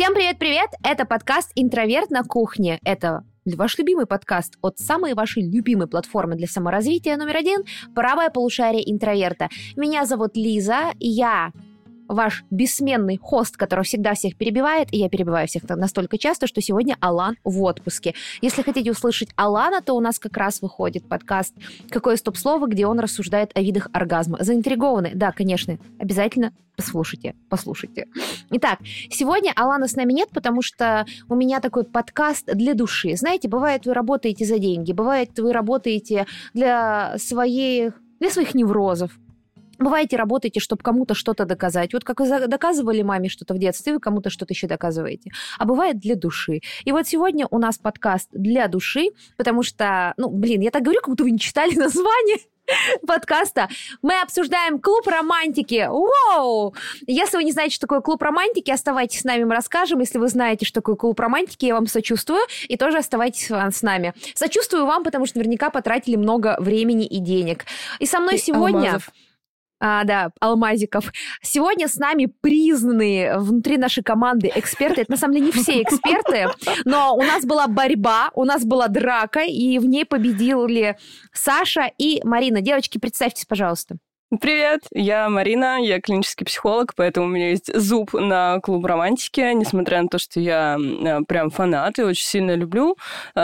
Всем привет-привет! Это подкаст «Интроверт на кухне». Это ваш любимый подкаст от самой вашей любимой платформы для саморазвития номер 1 «Правое полушарие интроверта». Меня зовут Лиза, и я ваш бессменный хост, который всегда всех перебивает, и я перебиваю всех настолько часто, что сегодня Алан в отпуске. Если хотите услышать Алана, то у нас как раз выходит подкаст «Какое стоп-слово», где он рассуждает о видах оргазма. Заинтригованы? Да, конечно, обязательно послушайте. Итак, сегодня Алана с нами нет, потому что у меня такой подкаст для души. Знаете, бывает, вы работаете за деньги, бывает, вы работаете для своих неврозов. Бываете, работаете, чтобы кому-то что-то доказать. Вот как вы доказывали маме что-то в детстве, вы кому-то что-то еще доказываете. А бывает для души. И вот сегодня у нас подкаст для души, потому что, я так говорю, как будто вы не читали название подкаста. Мы обсуждаем клуб романтики. Вау! Если вы не знаете, что такое клуб романтики, оставайтесь с нами, мы расскажем. Если вы знаете, что такое клуб романтики, я вам сочувствую. И тоже оставайтесь с нами. Сочувствую вам, потому что наверняка потратили много времени и денег. И со мной сегодня... Алмазов. Алмазиков. Сегодня с нами признанные внутри нашей команды эксперты. Это, на самом деле, не все эксперты, но у нас была борьба, у нас была драка, и в ней победили Саша и Марина. Девочки, представьтесь, пожалуйста. Привет, я Марина, я клинический психолог, поэтому у меня есть зуб на клуб романтики. Несмотря на то, что я прям фанат и очень сильно люблю,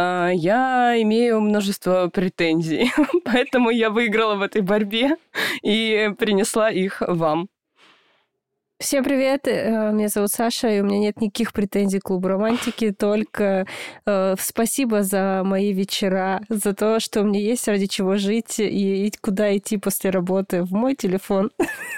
я имею множество претензий, поэтому я выиграла в этой борьбе и принесла их вам. Всем привет, меня зовут Саша, и у меня нет никаких претензий к клубу романтики, только спасибо за мои вечера, за то, что у меня есть ради чего жить и куда идти после работы, в мой телефон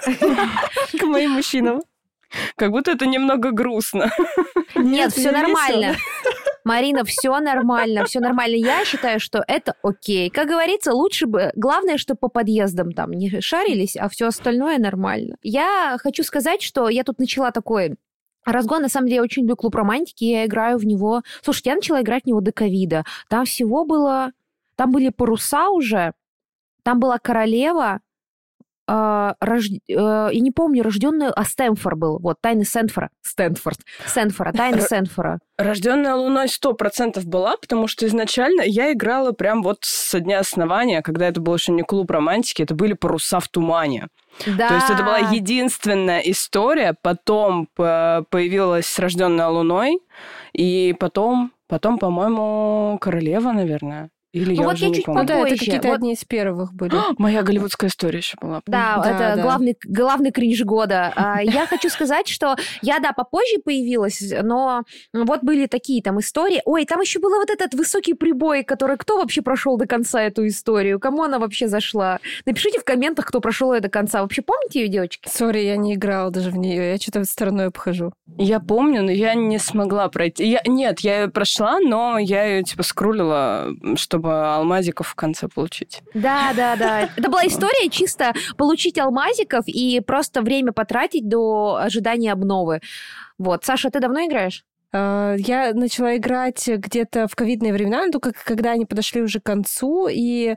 к моим мужчинам. Как будто это немного грустно. Нет, все нормально. Марина, все нормально. Я считаю, что это окей. Как говорится, лучше бы... Главное, что по подъездам там не шарились, а все остальное нормально. Я хочу сказать, что я тут начала такой разгон. На самом деле, я очень люблю клуб романтики, я играю в него... Слушайте, я начала играть в него до ковида. Там всего было... Там были паруса уже, там была королева, я не помню, рожденная... Стэнфорд был. Вот, тайны Сенфора. Тайны Сенфора. Рожденная Луной 100% была, потому что изначально я играла прям вот со дня основания, когда это был еще не клуб романтики, это были паруса в тумане. Да. То есть это была единственная история, потом появилась рожденная Луной, и потом, по-моему, королева, наверное. Или я вот уже я не чуть помню. Да, это какие-то одни из первых были. Моя голливудская история еще была. Да, это главный кринж года. Я хочу сказать, что я, попозже появилась, но вот были такие там истории. Ой, там еще был вот этот высокий прибой, который... Кто вообще прошел до конца эту историю? Кому она вообще зашла? Напишите в комментах, кто прошел ее до конца. Вообще помните ее, девочки? Сори, я не играла даже в нее. Я что-то стороной обхожу. Я помню, но я не смогла пройти. Я ее прошла, но я ее скрулила, чтобы алмазиков в конце получить. Да. Это была история чисто получить алмазиков и просто время потратить до ожидания обновы. Вот. Саша, ты давно играешь? Я начала играть где-то в ковидные времена, когда они подошли уже к концу, и,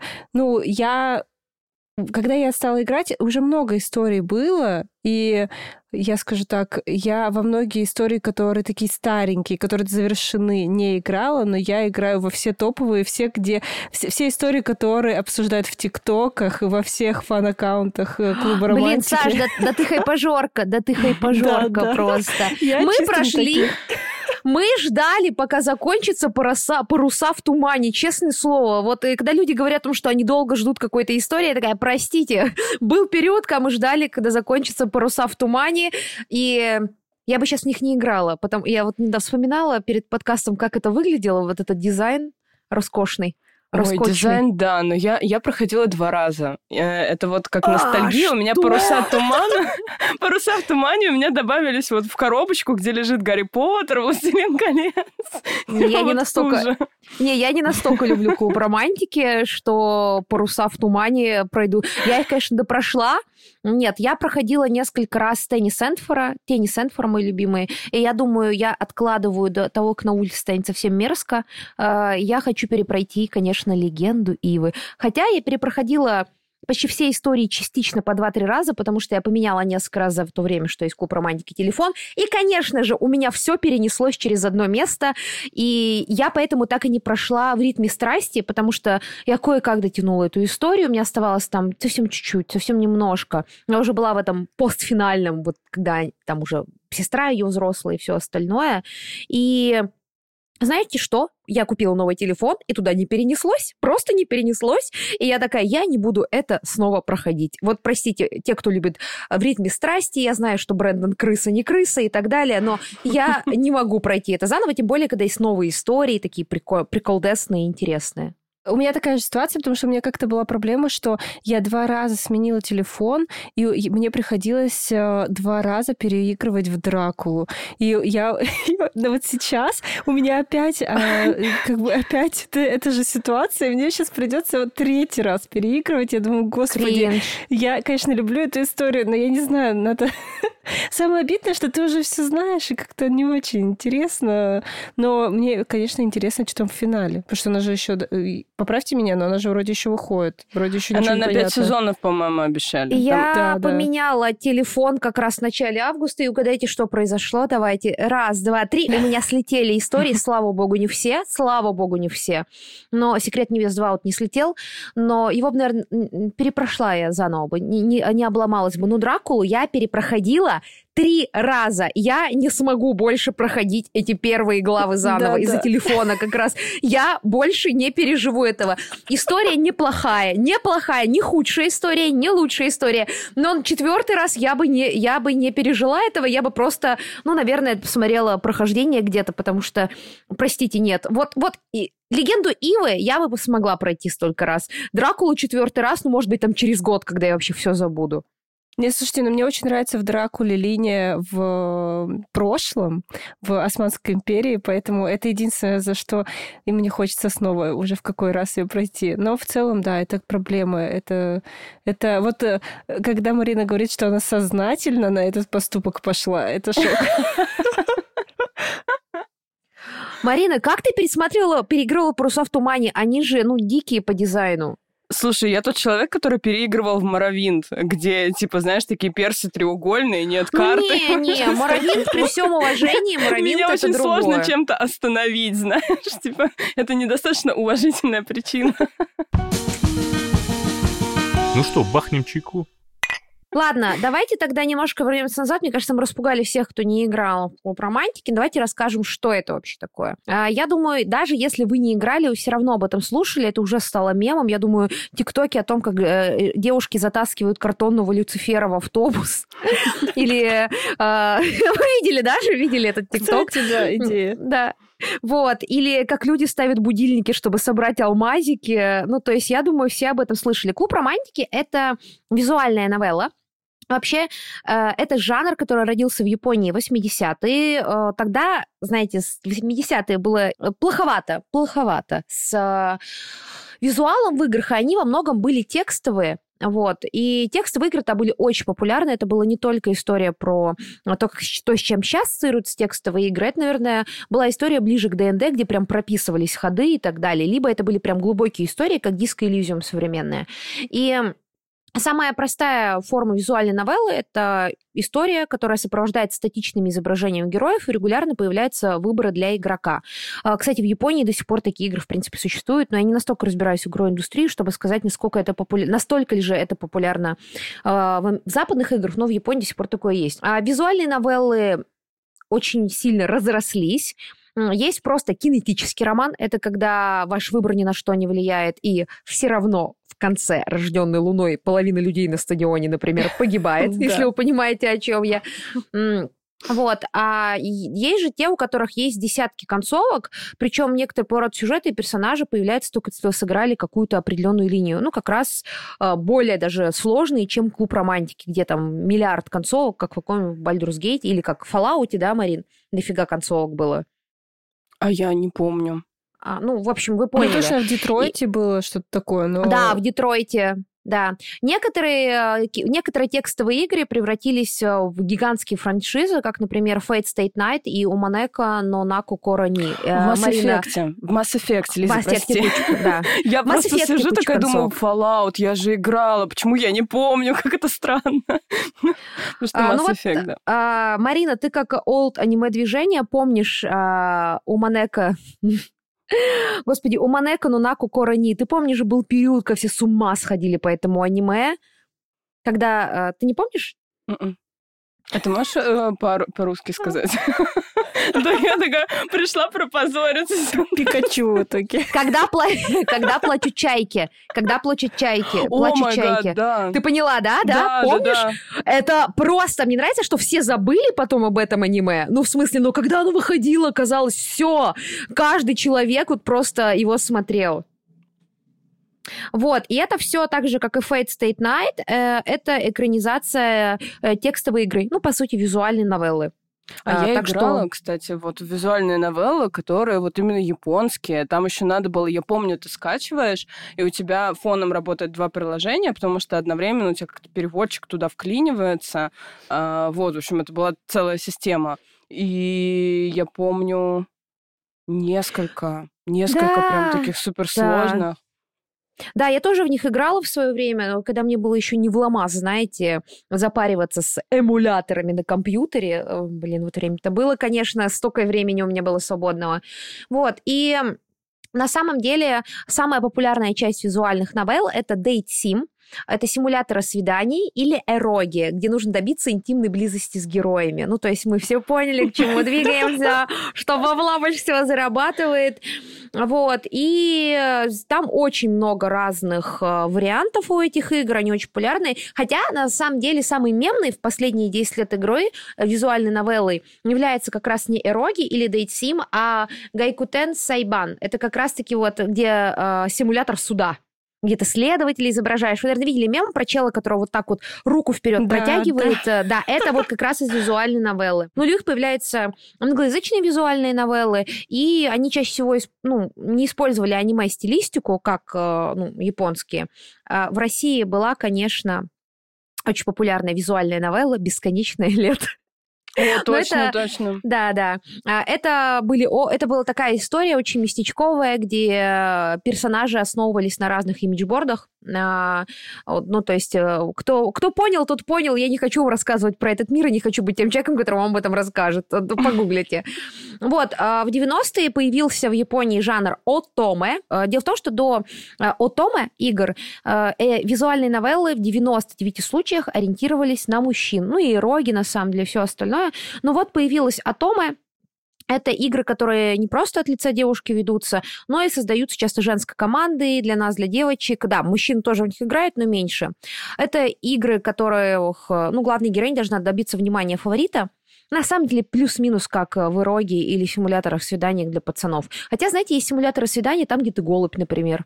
когда я стала играть, уже много историй было, и я скажу так, я во многие истории, которые такие старенькие, которые завершены, не играла, но я играю во все топовые, все истории, которые обсуждают в ТикТоках и во всех фан-аккаунтах клуба романтики. Блин, Саш, да ты хайпажорка просто. Мы прошли... Мы ждали, пока закончатся паруса в тумане, честное слово. Вот и когда люди говорят о том, что они долго ждут какой-то истории, я такая, простите, был период, когда мы ждали, когда закончатся паруса в тумане, и я бы сейчас в них не играла. Я вот недавно вспоминала перед подкастом, как это выглядело, вот этот дизайн роскошный. Ой, дизайн, да, но я проходила 2 раза. Это вот как ностальгия. У меня паруса в тумане у меня добавились вот в коробочку, где лежит Гарри Поттер, Властелин колец. Я не настолько люблю клуб романтики, что паруса в тумане пройду. Я их, конечно, допрошла. Нет, я проходила несколько раз Тени Сенфора мои любимые, и я думаю, я откладываю до того, как на улице станет совсем мерзко. Я хочу перепройти, конечно, Легенду Ивы. Хотя я перепроходила почти все истории частично по 2-3 раза, потому что я поменяла несколько раз за то время, что есть клуб романтики телефон. И, конечно же, у меня все перенеслось через одно место, и я поэтому так и не прошла в ритме страсти, потому что я кое-как дотянула эту историю, у меня оставалось там совсем чуть-чуть, совсем немножко. Я уже была в этом постфинальном, вот когда там уже сестра ее взрослая и все остальное. И знаете что? Я купила новый телефон, и туда не перенеслось, просто не перенеслось. И я такая, я не буду это снова проходить. Вот, простите, те, кто любит в ритме страсти, я знаю, что Брэндон крыса, не крыса и так далее, но я не могу пройти это заново, тем более, когда есть новые истории, такие приколдесные, интересные. У меня такая же ситуация, потому что у меня как-то была проблема, что я 2 раза сменила телефон, и мне приходилось 2 раза переигрывать в Дракулу. И я вот сейчас у меня опять опять эта же ситуация, и мне сейчас придется вот 3-й раз переигрывать. Я думаю, господи, я, конечно, люблю эту историю, но я не знаю, надо... Самое обидное, что ты уже все знаешь, и как-то не очень интересно. Но мне, конечно, интересно, что там в финале. Потому что она же еще... Поправьте меня, но она же вроде еще выходит. Вроде еще ничего не понятно. Она на 5 сезонов, по-моему, обещали. Я поменяла телефон как раз в начале августа, и угадайте, что произошло. Давайте. 1, 2, 3. У меня слетели истории, слава богу, не все. Слава богу, не все. Но «Секрет невест 2» вот не слетел. Но его бы, наверное, перепрошла я заново бы. Не обломалась бы. Но «Дракулу» я перепроходила 3 раза. Я не смогу больше проходить эти первые главы заново из-за телефона как раз. Я больше не переживу этого. История неплохая, не худшая история, не лучшая история. Но 4-й раз я бы не пережила этого, я бы просто, наверное, посмотрела прохождение где-то, потому что, простите, нет. Вот и «Легенду Ивы» я бы смогла пройти столько раз. «Дракулу» 4-й раз, может быть, там через год, когда я вообще все забуду. Нет, слушайте, мне очень нравится в «Дракуле» линия в прошлом, в Османской империи, поэтому это единственное, за что и мне хочется снова уже в какой раз ее пройти. Но в целом, да, это проблема. Это вот когда Марина говорит, что она сознательно на этот поступок пошла, это шок. Марина, как ты переигрывала «Паруса в тумане»? Они же, дикие по дизайну. Слушай, я тот человек, который переигрывал в Моровинд, где, знаешь, такие перси треугольные, нет карты. Не, Моровинд, при всем уважении, Моровинд это другое. Меня очень сложно чем-то остановить, знаешь, это недостаточно уважительная причина. Ну что, бахнем чайку? Ладно, давайте тогда немножко вернемся назад. Мне кажется, мы распугали всех, кто не играл в клуб романтики. Давайте расскажем, что это вообще такое. Я думаю, даже если вы не играли, вы все равно об этом слушали, это уже стало мемом. Я думаю, тиктоки о том, как девушки затаскивают картонного Люцифера в автобус. Или... Вы видели этот тикток? Кстати, да, идея. Да. Вот. Или как люди ставят будильники, чтобы собрать алмазики. То есть, я думаю, все об этом слышали. Клуб романтики — это визуальная новелла. Вообще, это жанр, который родился в Японии в 80-е. Тогда, знаете, в 80-е было плоховато с визуалом в играх, и они во многом были текстовые. Вот. И текстовые игры-то были очень популярны. Это была не только история про то, с чем сейчас ассоциируются текстовые игры. Это, наверное, была история ближе к ДНД, где прям прописывались ходы и так далее. Либо это были прям глубокие истории, как Disco Elysium современная. И самая простая форма визуальной новеллы — это история, которая сопровождается статичными изображениями героев, и регулярно появляются выборы для игрока. Кстати, в Японии до сих пор такие игры, в принципе, существуют, но я не настолько разбираюсь в игровой индустрии, чтобы сказать, настолько ли же это популярно в западных играх, но в Японии до сих пор такое есть. А визуальные новеллы очень сильно разрослись. Есть просто кинетический роман. Это когда ваш выбор ни на что не влияет, и все равно в конце, рожденной Луной, половина людей на стадионе, например, погибает, если вы понимаете, о чем я. Вот. А есть же те, у которых есть десятки концовок, причем некоторые поворот сюжета и персонажи появляются только если вы сыграли какую-то определенную линию. Как раз более даже сложные, чем клуб романтики, где там миллиард концовок, как в каком-нибудь Baldur's Gate или как в Fallout, да, Марин? Дофига концовок было. А я не помню. В общем, вы поняли. Точно в Детройте было что-то такое, но... Да, в Детройте. Да. Некоторые текстовые игры превратились в гигантские франшизы, как, например, Fate Stay Night и Umaneka no Naku Koro ni. В Mass Effect, Лиза, прости. Да. Я просто сижу такая, думаю, Fallout, я же играла, почему я не помню, как это странно. Потому что Mass Effect, да. Марина, ты как old аниме-движение помнишь Umaneka... Господи, Umaneka no Naku Koro ni. Ты помнишь, был период, когда все с ума сходили по этому аниме? Когда... Ты не помнишь? А ты можешь по-русски сказать? Да я такая пришла пропозориться. Пикачу в итоге. Когда плачут чайки. Когда плачут чайки. Плачут чайки. Ты поняла, да? Помнишь? Это просто... Мне нравится, что все забыли потом об этом аниме. Ну, в смысле, когда оно выходило, казалось, все. Каждый человек вот просто его смотрел. Вот, и это все так же, как и Fate Stay Night, это экранизация текстовой игры, ну, по сути, визуальной новеллы. Я играла, кстати, вот в визуальные новеллы, которые вот именно японские. Там еще надо было, я помню, ты скачиваешь, и у тебя фоном работает 2 приложения, потому что одновременно у тебя как-то переводчик туда вклинивается. Вот, в общем, это была целая система. И я помню несколько прям таких суперсложных. Да, я тоже в них играла в свое время, когда мне было еще не вломаз, знаете, запариваться с эмуляторами на компьютере. Блин, вот время-то было, конечно, столько времени у меня было свободного. Вот, и на самом деле самая популярная часть визуальных новелл — это Date Sim. Это симуляторы свиданий или эроги, где нужно добиться интимной близости с героями. Ну, то есть мы все поняли, к чему двигаемся, что бабла больше всего зарабатывает. Вот. И там очень много разных вариантов у этих игр, они очень популярны. Хотя, на самом деле, самый мемный в последние 10 лет игры визуальной новеллой является как раз не эроги или Date Sim, а Gaikuten Saiban. Это как раз-таки вот где симулятор суда, где ты следователя изображаешь. Вы, наверное, видели мем про чела, который вот так вот руку вперед протягивает. Да, это вот как раз из визуальной новеллы. Ну, у них появляются англоязычные визуальные новеллы, и они чаще всего не использовали аниме-стилистику, как японские. В России была, конечно, очень популярная визуальная новелла «Бесконечное лето». Точно. Да. Это была такая история очень местечковая, где персонажи основывались на разных имиджбордах. Ну, то есть, кто понял, тот понял. Я не хочу вам рассказывать про этот мир, и не хочу быть тем человеком, который вам об этом расскажет. Погуглите. Вот. В 90-е появился в Японии жанр отоме. Дело в том, что до отоме игр визуальные новеллы в 99 случаях ориентировались на мужчин. Ну, и эроги, на самом деле, все остальное. Но вот появилась отоме. Это игры, которые не просто от лица девушки ведутся, но и создаются часто женской командой для нас, для девочек. Да, мужчин тоже в них играют, но меньше. Это игры, которых, главная героиня должна добиться внимания фаворита. На самом деле, плюс-минус, как в эроге или симуляторах свиданий для пацанов. Хотя, знаете, есть симуляторы свиданий там, где ты голубь, например.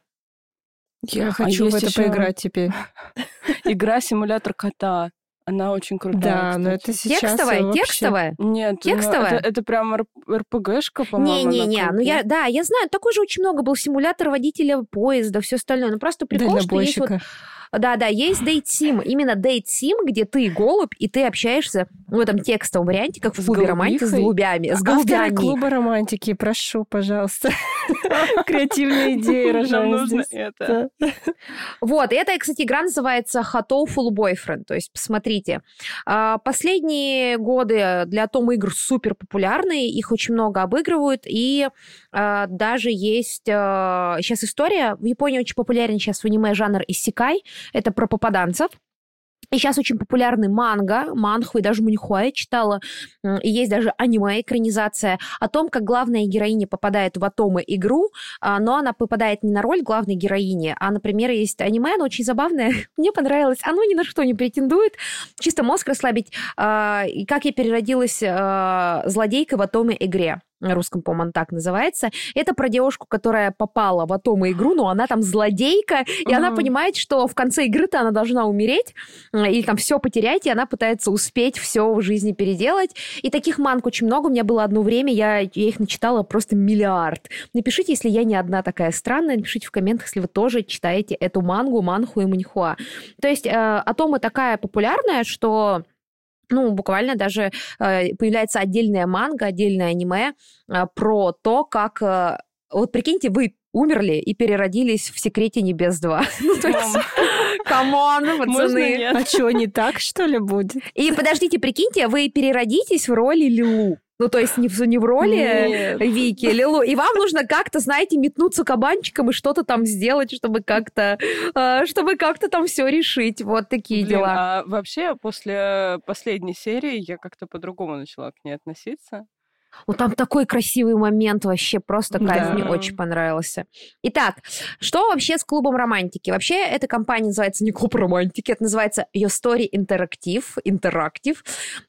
Я хочу в это поиграть теперь. Игра-симулятор кота. Она очень крутая. Да, но это сейчас Текстовая? Нет, текстовая? Это прям РПГшка, по-моему. Не. Я знаю, такой же очень много был симулятор водителя поезда, все остальное. Но просто прикол, что есть вот... Да, есть Date Sim. Именно Date Sim, где ты голубь, и ты общаешься в этом текстовом варианте, как в клубе романтики с голубями. Авторы клуба романтики, прошу, пожалуйста. Креативные идеи рождаются здесь. Вот, эта, кстати, игра называется Hatoful Boyfriend. То есть, посмотрите. Последние годы для Том игр супер популярные, их очень много обыгрывают, и даже есть сейчас история. В Японии очень популярен сейчас в аниме жанр иссякай. Это про попаданцев. И сейчас очень популярны манху и даже маньхуа я читала. И есть даже аниме-экранизация о том, как главная героиня попадает в атомы-игру, но она попадает не на роль главной героини, а, например, есть аниме, оно очень забавное, мне понравилось, оно ни на что не претендует, чисто мозг расслабить. И как я переродилась злодейкой в атоме-игре. на русском, по-моему, он так называется. Это про девушку, которая попала в Atomy игру, но она там злодейка, и она понимает, что в конце игры-то она должна умереть, или там все потерять, и она пытается успеть все в жизни переделать. И таких манг очень много. У меня было одно время, я их начитала просто миллиард. Напишите, если я не одна такая странная, напишите в комментах, если вы тоже читаете эту манху и маньхуа. То есть Atomy такая популярная, что... буквально даже появляется отдельная манга, отдельное аниме про то, как... Вот прикиньте, вы умерли и переродились в «Секрете небес 2». То есть, камон, пацаны. А что, не так, что ли, будет? И подождите, прикиньте, вы переродитесь в роли Лилу. То есть не в роли Вики, Лилу. И вам нужно как-то, знаете, метнуться кабанчиком и что-то там сделать, чтобы как-то там все решить. Вот такие дела. А вообще после последней серии я как-то по-другому начала к ней относиться. Там такой красивый момент, вообще просто кайф, мне очень понравился. Итак, что вообще с клубом романтики? Вообще эта компания называется не клуб романтики, это называется Your Story Interactive.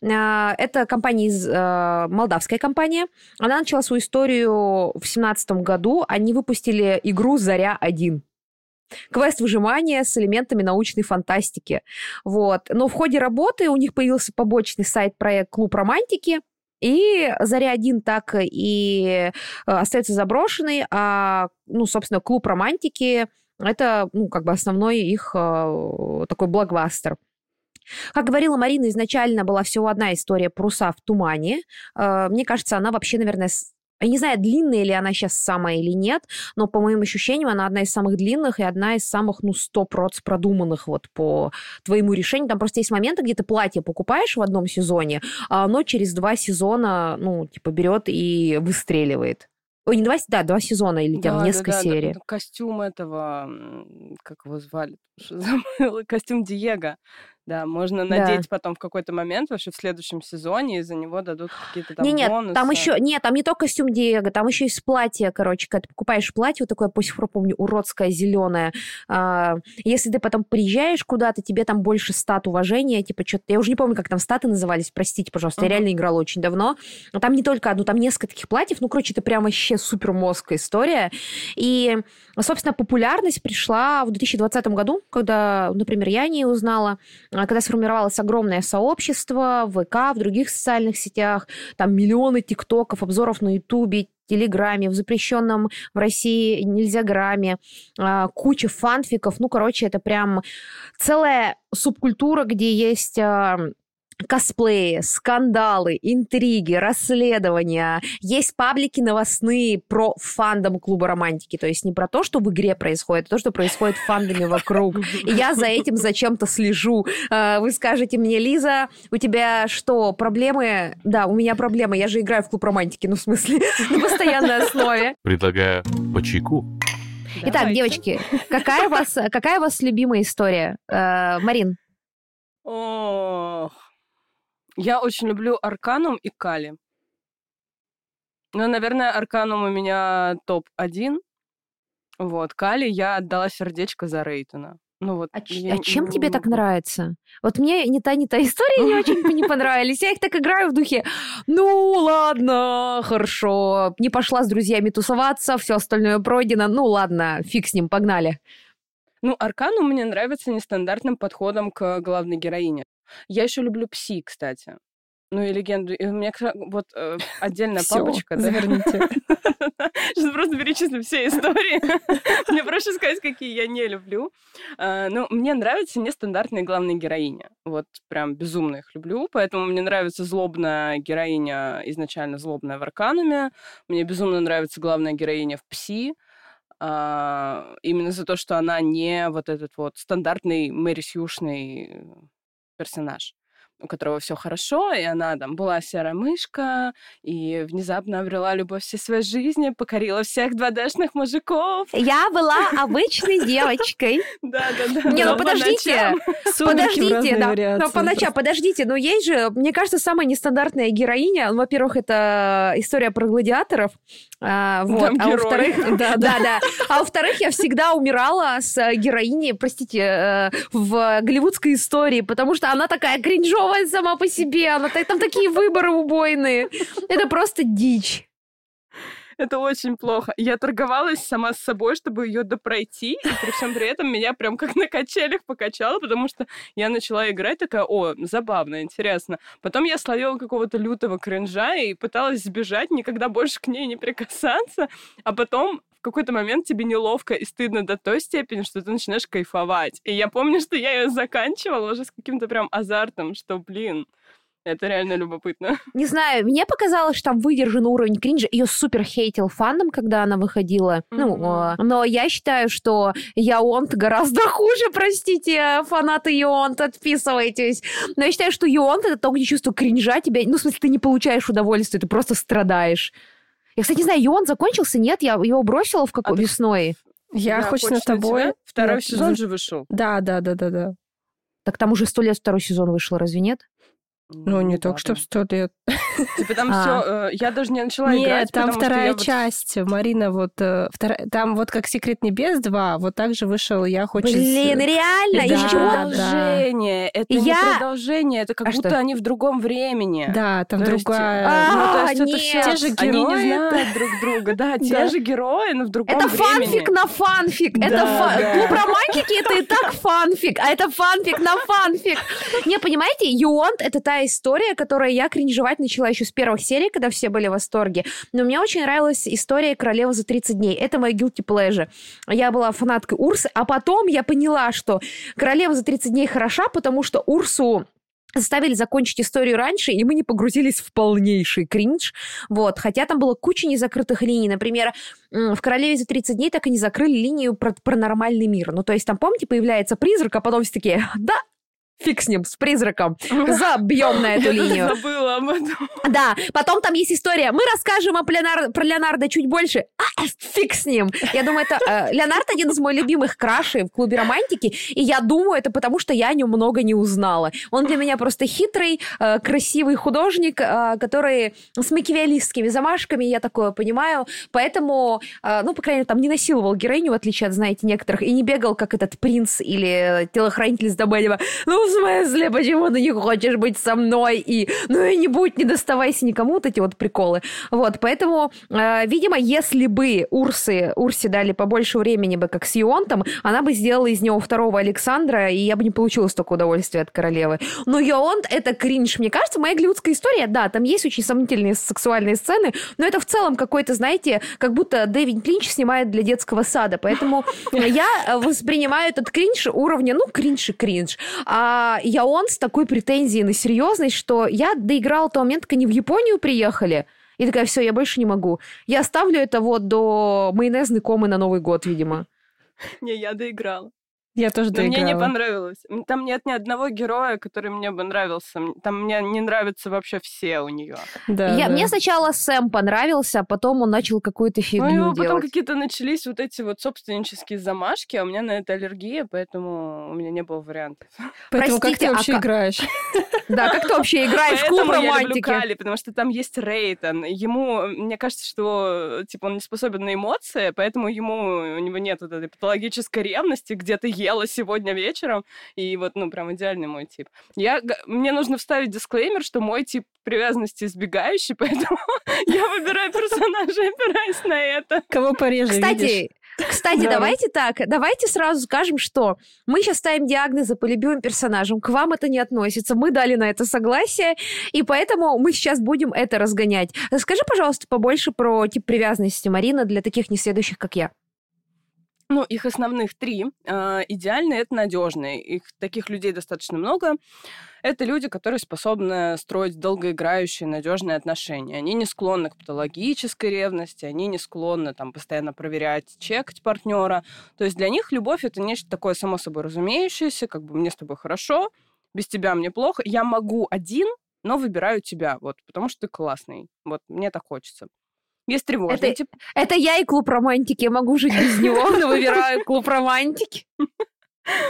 Это компания молдавская компания. Она начала свою историю в 2017 году. Они выпустили игру «Заря-1». Квест выжимания с элементами научной фантастики. Вот. Но в ходе работы у них появился побочный сайт-проект «Клуб романтики», и «Заря-1» так и остается заброшенной, а, собственно, «Клуб романтики» — это, основной их такой блокбастер. Как говорила Марина, изначально была всего одна история «Паруса в тумане». Мне кажется, она вообще, наверное... Я не знаю, длинная ли она сейчас самая или нет, но, по моим ощущениям, она одна из самых длинных и одна из самых, 100% продуманных вот по твоему решению. Там просто есть моменты, где ты платье покупаешь в одном сезоне, а оно через 2 сезона, берет и выстреливает. Ой, не 2 сезона или там несколько серий. Да. Костюм этого, как его звали? Забыла. Костюм Диего. Да, можно надеть потом в какой-то момент, вообще в следующем сезоне, и за него дадут какие-то там бонусы. Там не только костюм Диего, там еще есть платье, короче, когда ты покупаешь платье, вот такое, я по сих пор помню, уродское, зеленое. Если ты потом приезжаешь куда-то, тебе там больше стат уважения, что-то... Я уже не помню, как там статы назывались, простите, пожалуйста, я реально играла очень давно. Но там не только одно, там несколько таких платьев, это прям вообще супер мозгская история. И, собственно, популярность пришла в 2020 году, когда, например, я о ней узнала, когда сформировалось огромное сообщество в ВК, в других социальных сетях, там миллионы тиктоков, обзоров на Ютубе, Телеграме, в запрещенном в России Нельзяграме, куча фанфиков. Это прям целая субкультура, где есть... косплеи, скандалы, интриги, расследования. Есть паблики новостные про фандом клуба романтики. То есть не про то, что в игре происходит, а то, что происходит в фандоме вокруг. И я за этим зачем-то слежу. Вы скажете мне, Лиза, у тебя что, проблемы? Да, у меня проблемы. Я же играю в клуб романтики, в смысле, на постоянной основе. Предлагаю по чайку. Итак, девочки, какая у вас любимая история? Марин? Я очень люблю Арканум и Кали. Наверное, Арканум у меня топ-1. Вот, Кали я отдала сердечко за Рейтона. Чем тебе так нравится? Вот мне ни та история не очень не понравились. Я их так играю в духе, ладно, хорошо. Не пошла с друзьями тусоваться, все остальное пройдено. Ладно, фиг с ним, погнали. Арканум мне нравится нестандартным подходом к главной героине. Я еще люблю Пси, кстати. И легенду. И у меня вот отдельная папочка. Заверните. Сейчас просто перечислю все истории. Мне проще сказать, какие я не люблю. Мне нравятся нестандартные главные героини. Вот прям безумно их люблю. Поэтому мне нравится злобная героиня, изначально злобная в Аркануме. Мне безумно нравится главная героиня в Пси. Именно за то, что она не вот этот вот стандартный Мэри Сьюшный персонаж, у которого все хорошо, и она там была серая мышка, и внезапно обрела любовь всей своей жизни, покорила всех 2D-шных мужиков. Я была обычной девочкой. Да. Подождите, подождите, есть же, мне кажется, самая нестандартная героиня. Во-первых, это история про гладиаторов. А во-вторых, а во-вторых, я всегда умирала с героиней, простите, в голливудской истории, потому что она такая кринжовая сама по себе, там такие выборы убойные. Это просто дичь. Это очень плохо. Я торговалась сама с собой, чтобы ее допройти, и при всем при этом меня прям как на качелях покачало, потому что я начала играть такая, о, забавно, интересно. Потом я словила какого-то лютого кринжа и пыталась сбежать, никогда больше к ней не прикасаться, а потом в какой-то момент тебе неловко и стыдно до той степени, что ты начинаешь кайфовать. И я помню, что я ее заканчивала уже с каким-то прям азартом, что, блин, это реально любопытно. Не знаю, мне показалось, что там выдержан уровень кринжа. Ее супер хейтил фандом, когда она выходила. Но я считаю, что Йонт гораздо хуже, простите, фанаты Йонт, отписывайтесь. Но я считаю, что Йонт — это то, где чувство кринжа тебя... Ну, в смысле, ты не получаешь удовольствия, ты просто страдаешь. Я, кстати, не знаю, Йонт закончился? Нет, я его бросила в какой весной. Я «Хочешь на тобой». Второй сезон же вышел. Да. Так там уже 100 лет второй сезон вышел, разве нет? Ну, не только что 100 лет. Типа там все, я даже не начала играть. Нет, там вторая часть, Марина, вот там вот как «Секрет небес 2», вот так же вышел «Я хочу». Блин, реально? Это продолжение, это не продолжение, это как будто что? они в другом времени. Да, там другая... То есть это все... Те же герои. Они не знают друг друга, да, те же герои, но в другом времени. Это фанфик на фанфик. Клуб романтики — это и так фанфик, а это фанфик на фанфик. Не, понимаете, Йонт — это та история, которой я кринжевать начала еще с первых серий, когда все были в восторге. Но мне очень нравилась история «Королева за 30 дней». Это мой guilty pleasure. Я была фанаткой Урсы, а потом я поняла, что «Королева за 30 дней» хороша, потому что Урсу заставили закончить историю раньше, и мы не погрузились в полнейший кринж. Вот. Хотя там было куча незакрытых линий. Например, в «Королеве за 30 дней» так и не закрыли линию про нормальный мир. Ну, то есть там, помните, появляется призрак, а потом все такие, да, фиг с ним, с призраком. Забьем на эту линию. Я забыла об этом. Да, потом там есть история. Мы расскажем про Леонардо чуть больше. Фиг с ним. Я думаю, это Леонард один из моих любимых крашей в клубе романтики. И я думаю, это потому, что я о нем много не узнала. Он для меня просто хитрый, красивый художник, который с макиавеллистскими замашками, я такое понимаю. Поэтому, ну, по крайней мере, там не насиловал героиню, в отличие от, знаете, некоторых, и не бегал, как этот принц или телохранитель с Добелева. Ну, в смысле, почему ты не хочешь быть со мной? И, ну и не будь, не доставайся никому, вот эти вот приколы. Вот, поэтому, видимо, если бы Урсе дали побольше времени бы, как с Йонтом, она бы сделала из него второго Александра, и я бы не получила столько удовольствия от королевы. Но Йонт — это кринж. Мне кажется, моя голливудская история, да, там есть очень сомнительные сексуальные сцены, но это в целом какой-то, знаете, как будто Дэвид Линч снимает для детского сада. Поэтому я воспринимаю этот кринж уровня, ну, кринж и кринж. А Йонт с такой претензией на серьезность, что я доиграла до момента, когда они в Японию приехали, и такая, все, я больше не могу. Я оставлю это вот до майонезной комы на Новый год, видимо. Не, я доиграла. Я тоже доиграла. Мне не понравилось. Там нет ни одного героя, который мне бы нравился. Там мне не нравятся вообще все у нее. Мне сначала Сэм понравился, а потом он начал какую-то фигню делать. Потом какие-то начались вот эти вот собственнические замашки, а у меня на это аллергия, поэтому у меня не было вариантов. Поэтому как ты вообще играешь? Да, как ты вообще играешь в клуб романтики? Поэтому я люблю Кали, потому что там есть Рейтон. Ему, мне кажется, что типа он не способен на эмоции, поэтому у него нет вот этой патологической ревности, где ты ела сегодня вечером, и вот, ну, прям идеальный мой тип. Мне нужно вставить дисклеймер, что мой тип привязанности избегающий, поэтому я выбираю персонажа, опираясь на это. Кого пореже, видишь? Кстати, давайте сразу скажем, что мы сейчас ставим диагнозы по любимым персонажам, к вам это не относится, мы дали на это согласие, и поэтому мы сейчас будем это разгонять. Скажи, пожалуйста, побольше про тип привязанности, Марина, для таких несведущих, как я. Ну, их основных 3. Идеальные — это надежные. Их таких людей достаточно много. Это люди, которые способны строить долгоиграющие, надежные отношения. Они не склонны к патологической ревности, они не склонны там постоянно проверять, чекать партнера. То есть для них любовь — это нечто такое само собой разумеющееся, как бы мне с тобой хорошо, без тебя мне плохо. Я могу один, но выбираю тебя, вот, потому что ты классный. Вот, мне так хочется. Есть тревожный тип. Это я и клуб романтики. Я могу жить без него, но выбираю клуб романтики.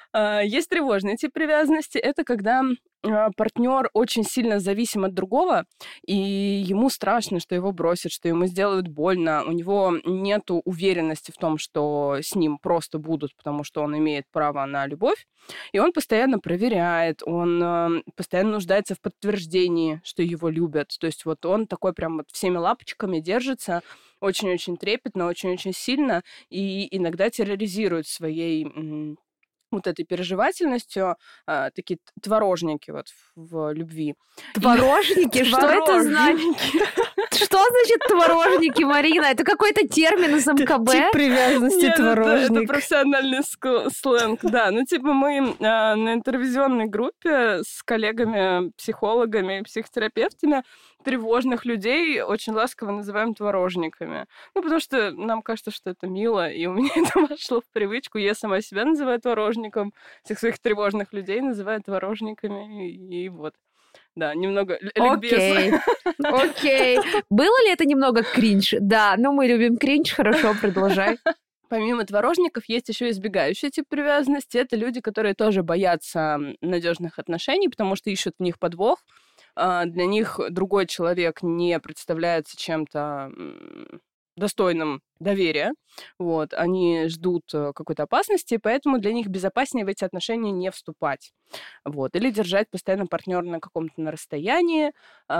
Есть тревожный тип привязанности. Это когда партнер очень сильно зависим от другого, и ему страшно, что его бросят, что ему сделают больно. У него нет уверенности в том, что с ним просто будут, потому что он имеет право на любовь. И он постоянно проверяет, он постоянно нуждается в подтверждении, что его любят. То есть вот он такой прям вот всеми лапочками держится, очень-очень трепетно, очень-очень сильно, и иногда терроризирует своей вот этой переживательностью, такие творожники вот в любви. Творожники? Что это значит? Что значит творожники, Марина? Это какой-то термин из МКБ? Тип привязанности творожник. Это профессиональный сленг, да. Ну, типа мы на интервизионной группе с коллегами-психологами и психотерапевтами тревожных людей очень ласково называем творожниками. Ну, потому что нам кажется, что это мило, и у меня это вошло в привычку. Я сама себя называю творожником, всех своих тревожных людей называю творожниками, и вот. Да, немного ликбез. Окей. Было ли это немного кринж? Да, но мы любим кринж, хорошо, продолжай. Помимо творожников есть еще избегающий тип привязанности. Это люди, которые тоже боятся надежных отношений, потому что ищут в них подвох. Для них другой человек не представляется чем-то достойным доверия. Вот. Они ждут какой-то опасности, поэтому для них безопаснее в эти отношения не вступать. Вот. Или держать постоянно партнера на каком-то на расстоянии.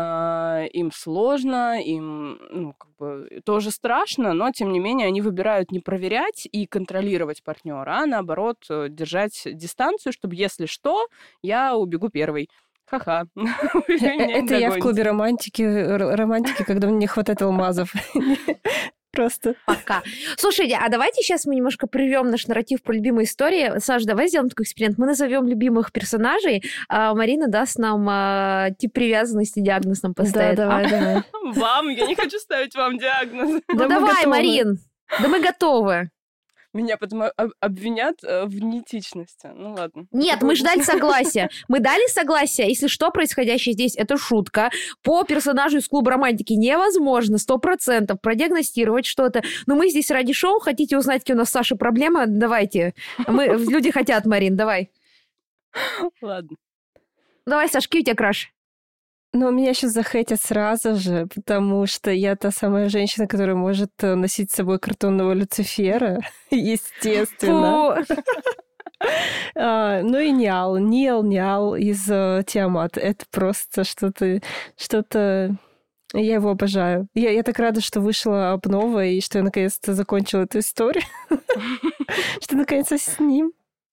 Им сложно, им тоже страшно, но, тем не менее, они выбирают не проверять и контролировать партнера, а, наоборот, держать дистанцию, чтобы, если что, я убегу первой. Ха-ха. Это я в клубе романтики, когда мне не хватает алмазов. Просто. Пока. Слушайте, а давайте сейчас мы немножко прервем наш нарратив про любимые истории. Саш, давай сделаем такой эксперимент. Мы назовем любимых персонажей, а Марина даст нам тип привязанности, диагноз нам поставит. Да, давай. Вам? Я не хочу ставить вам диагноз. Ну давай, Марин. Да мы готовы. Меня потом обвинят в неэтичности. Ну ладно. Нет, мы ждали согласия. Мы дали согласие. Если что, происходящее здесь, это шутка. По персонажу из клуба романтики невозможно 100% продиагностировать что-то. Но мы здесь ради шоу. Хотите узнать, какие у нас с Сашей проблемы? Давайте. Люди хотят, Марин, давай. Ладно. Давай, Саш, какие у тебя краш? Но меня сейчас захейтят сразу же, потому что я та самая женщина, которая может носить с собой картонного Люцифера, естественно. Ну и Ниал из Тиамат. Это просто что-то... Я его обожаю. Я так рада, что вышла обнова, и что я наконец-то закончила эту историю. Что наконец-то с ним.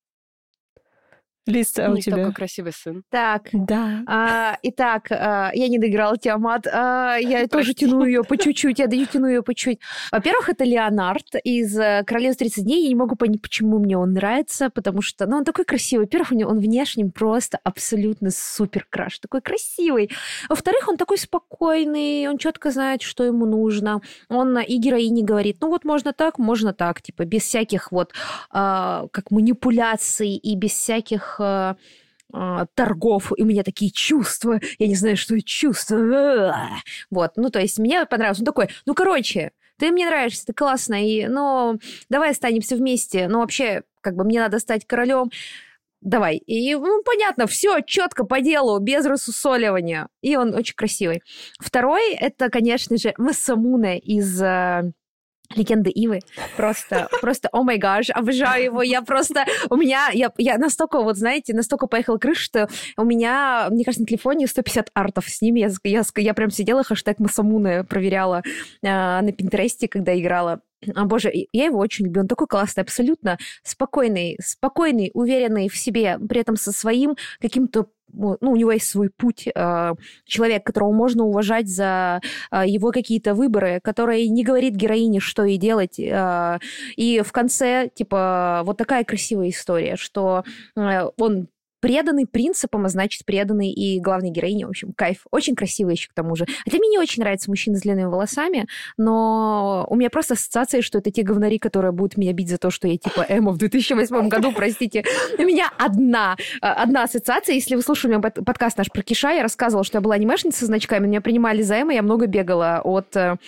Лиз, а у тебя? Такой красивый сын. Так. Да. Итак, я не доиграла Тиамат. Я тоже тяну ее по чуть-чуть. Во-первых, это Леонард из «Королевства 30 дней». Я не могу понять, почему мне он нравится, потому что он такой красивый. Во-первых, он внешне просто абсолютно супер краш. Такой красивый. Во-вторых, он такой спокойный, он четко знает, что ему нужно. Он и героине говорит, можно так, типа без всяких как манипуляций и без всяких торгов, и у меня такие чувства, я не знаю, что это чувство. Вот, то есть мне понравилось. Он такой, ты мне нравишься, ты классная, давай останемся вместе, вообще, мне надо стать королем, давай. И, понятно, все четко по делу, без рассусоливания. И он очень красивый. Второй, это, конечно же, Масамуне из... «Легенды Ивы». Просто, о май гаш, обожаю его. Я настолько, настолько поехала крыша, что у меня, мне кажется, на телефоне 150 артов с ними. Я прям сидела, хэштег Масамуне проверяла на Пинтересте, когда играла. Боже, я его очень люблю. Он такой классный, абсолютно спокойный, уверенный в себе, при этом со своим каким-то у него есть свой путь, человек, которого можно уважать за его какие-то выборы, который не говорит героине, что ей делать. И в конце, вот такая красивая история, что он преданный принципам, а значит, преданный и главной героине. В общем, кайф. Очень красивый еще к тому же. Хотя мне не очень нравятся мужчины с длинными волосами, но у меня просто ассоциация, что это те говнари, которые будут меня бить за то, что я типа эмо в 2008 году, простите. У меня одна ассоциация. Если вы слушали подкаст наш про Киша, я рассказывала, что я была анимешницей со значками, меня принимали за эмо, я много бегала от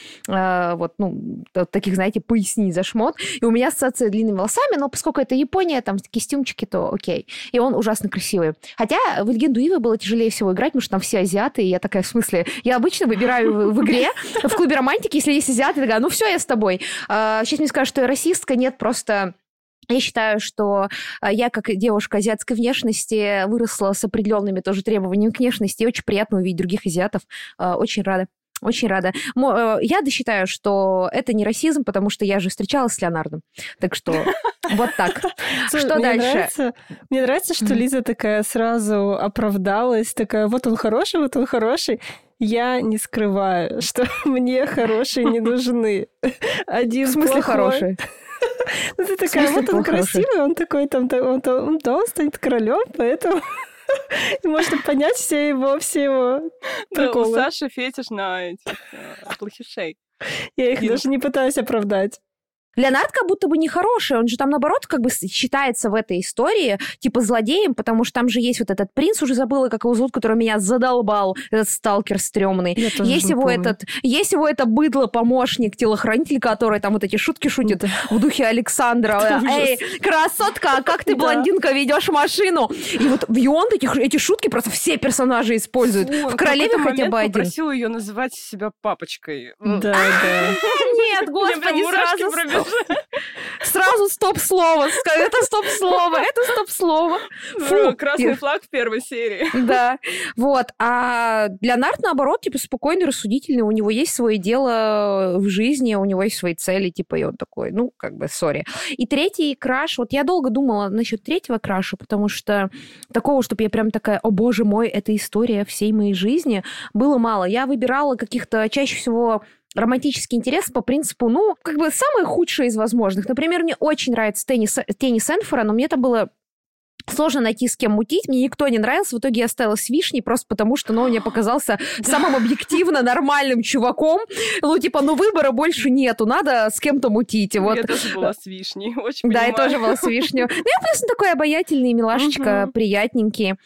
таких, знаете, поясни за шмот. И у меня ассоциация с длинными волосами, но поскольку это Япония, там костюмчики, то окей. И он ужасно красивый. Хотя в «Легенду Ивы» было тяжелее всего играть, потому что там все азиаты, и я такая, в смысле, я обычно выбираю в игре, в клубе романтики, если есть азиаты, я такая, ну все, я с тобой. Сейчас мне скажут, что я расистка, нет, просто... Я считаю, что я, как девушка азиатской внешности, выросла с определенными тоже требованиями к внешности, и очень приятно увидеть других азиатов. Очень рада. Очень рада. Я считаю, что это не расизм, потому что я же встречалась с Леонардом. Так что вот так. Что дальше? Мне нравится, что Лиза такая сразу оправдалась, такая, вот он хороший. Я не скрываю, что мне хорошие не нужны. Один в смысле плохой. Хороший? Ну ты такая, вот он красивый, он такой, он станет королем, поэтому... И можно понять все его приколы. У Саши фетиш на этих плохишей. Я их даже не пытаюсь оправдать. Леонард как будто бы нехороший, он же там, наоборот, как бы считается в этой истории, типа, злодеем, потому что там же есть вот этот принц, уже забыла, как его зовут, который меня задолбал, этот сталкер стрёмный. Есть его это быдло-помощник, телохранитель, который там вот эти шутки шутит в духе Александра. Эй, красотка, как ты, блондинка, ведешь машину? И вот в Йонд эти шутки просто все персонажи используют. В «Королеве» хотя бы один. Попросил ее называть себя папочкой. Да. Нет, господи, сразу стоп-слово. Это стоп-слово. Красный флаг в первой серии. Да. Вот. А Леонард, наоборот, типа, спокойный, рассудительный. У него есть свое дело в жизни, у него есть свои цели, типа, и он такой, ну, как бы, сори. И третий краш. Вот я долго думала насчет третьего краша, потому что такого, чтобы я прям такая, о, боже мой, это история всей моей жизни, было мало. Я выбирала каких-то чаще всего романтический интерес по принципу, ну, как бы самое худшее из возможных. Например, мне очень нравится Тенни Сенфора, но мне там было сложно найти с кем мутить, мне никто не нравился, в итоге я осталась с Вишней просто потому, что, он мне показался самым объективно нормальным чуваком. Ну, типа, выбора больше нету, надо с кем-то мутить. Вот. Я тоже была с Вишней, очень да, понимаю. я тоже была с Вишней. Ну, я просто такой обаятельный, милашечка, приятненький.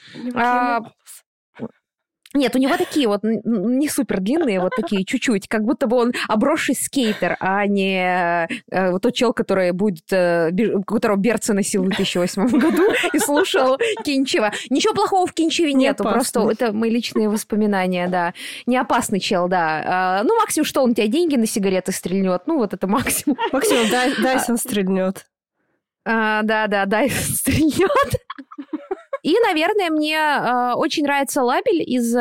Нет, у него такие вот не супер длинные, вот такие чуть-чуть, как будто бы он обросший скейтер, а не вот тот чел, который будет, которого Берца носил в 2008 году и слушал Кинчева. Ничего плохого в Кинчеве нету, просто это мои личные воспоминания, да. Не опасный чел, да. Ну, максимум, что он тебе деньги на сигареты стрельнет, ну, вот это максимум. Максимум, Дайсон стрельнет. Да, Дайсон стрельнет. И, наверное, мне очень нравится Лабель из,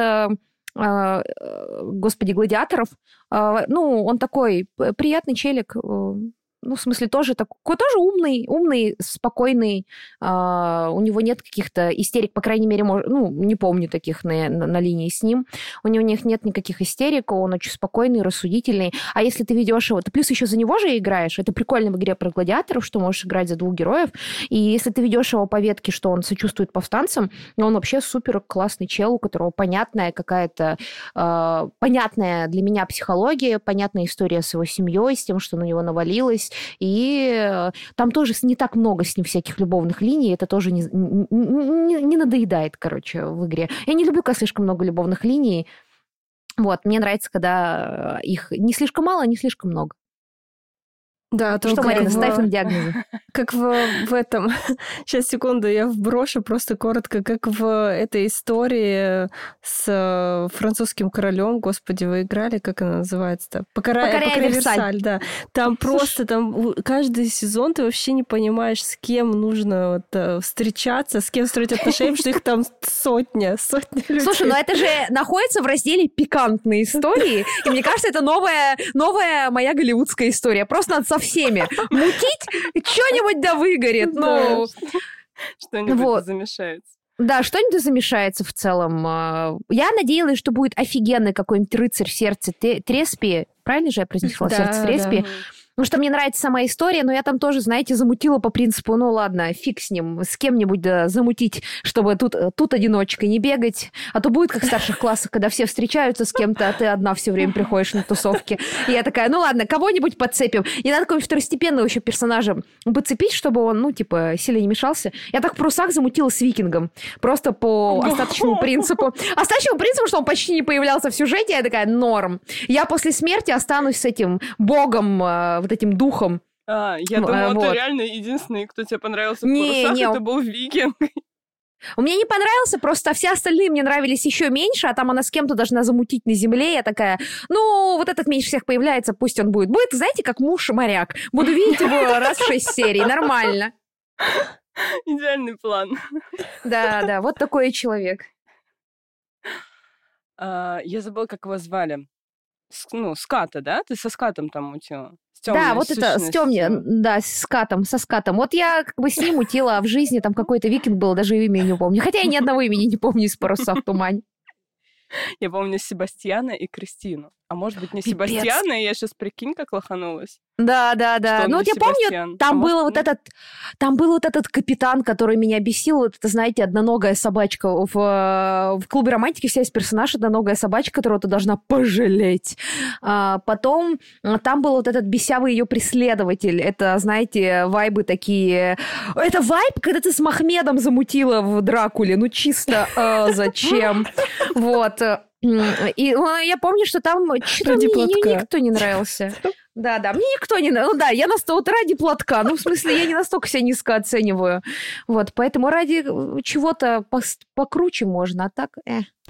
«Гладиаторов». Он такой приятный челик. В смысле, тоже умный, спокойный. У него нет каких-то истерик, по крайней мере, не помню таких на линии с ним. У него нет никаких истерик, он очень спокойный, рассудительный. А если ты ведешь его, ты плюс еще за него же играешь. Это прикольно в игре про гладиаторов, что можешь играть за двух героев. И если ты ведешь его по ветке, что он сочувствует повстанцам, он вообще супер классный чел, у которого понятная какая-то понятная для меня психология, понятная история с его семьей, с тем, что на него навалилось. И там тоже не так много с ним всяких любовных линий, это тоже не надоедает, короче, в игре. Я не люблю, когда слишком много любовных линий. Вот, мне нравится, когда их не слишком мало, не слишком много. Да, что, Марина, ставь на диагнозы. Как в этом... Сейчас, секунду, я вброшу просто коротко, как в этой истории с французским королем. Господи, вы играли, как она называется-то? «Покоряя Версаль», да. Там просто, каждый сезон ты вообще не понимаешь, с кем нужно встречаться, с кем строить отношения, потому что их там сотня людей. Слушай, но это же находится в разделе «Пикантные истории», и мне кажется, это новая моя голливудская история. Просто надо со всеми мутить, что-нибудь да выгорит. Да, что-нибудь замешается. Да, что-нибудь замешается в целом. Я надеялась, что будет офигенный какой-нибудь рыцарь в сердце Треспи. Правильно же я произнесла? Да, сердце Треспи. Да. Потому что мне нравится сама история, но я там тоже, знаете, замутила по принципу, ну ладно, фиг с ним, с кем-нибудь да замутить, чтобы тут одиночкой не бегать. А то будет как в старших классах, когда все встречаются с кем-то, а ты одна все время приходишь на тусовки. И я такая, ну ладно, кого-нибудь подцепим. Не надо какого-нибудь второстепенного еще персонажа подцепить, чтобы он, ну, типа, сильно не мешался. Я так в «Парусах» замутила с Викингом. Просто по остаточному принципу. Остаточному принципу, что он почти не появлялся в сюжете, я такая, норм. Я после смерти останусь с этим богом, вот этим духом. Я думала, ты реально единственный, кто тебе понравился в «Парусах», это был Викинг. У меня не понравился, просто все остальные мне нравились еще меньше, а там она с кем-то должна замутить на земле. Я такая, ну, вот этот меньше всех появляется, пусть он будет. Будет, знаете, как муж-моряк. Буду видеть его раз в 6 серий, нормально. Идеальный план. Да, вот такой человек. Я забыла, как его звали. Ската, да? Ты со Скатом там мутила? Да, вот это с темным, да, со скатом. Вот я как бы с ним мутила, а в жизни там какой-то викинг был, даже имя не помню. Хотя я ни одного имени не помню из «Паруса в тумане». Я помню Себастьяна и Кристину. А может быть, не Себастьяна, и я сейчас, прикинь, как лоханулась. Да. Ну, вот я помню, там был вот этот капитан, который меня бесил. Вот это, знаете, одноногая собачка. В «Клубе романтики» вся есть персонаж, одноногая собачка, которую ты должна пожалеть. Потом там был вот этот бесявый ее преследователь. Это, знаете, вайбы такие... Это вайб, когда ты с Махмедом замутила в «Дракуле». Ну, чисто зачем? Вот. И я помню, что там что-то мне никто не нравился. Да, мне никто не нравился. Ну да, я ради платка. Ну, в смысле, я не настолько себя низко оцениваю. Вот, поэтому ради чего-то покруче можно, а так...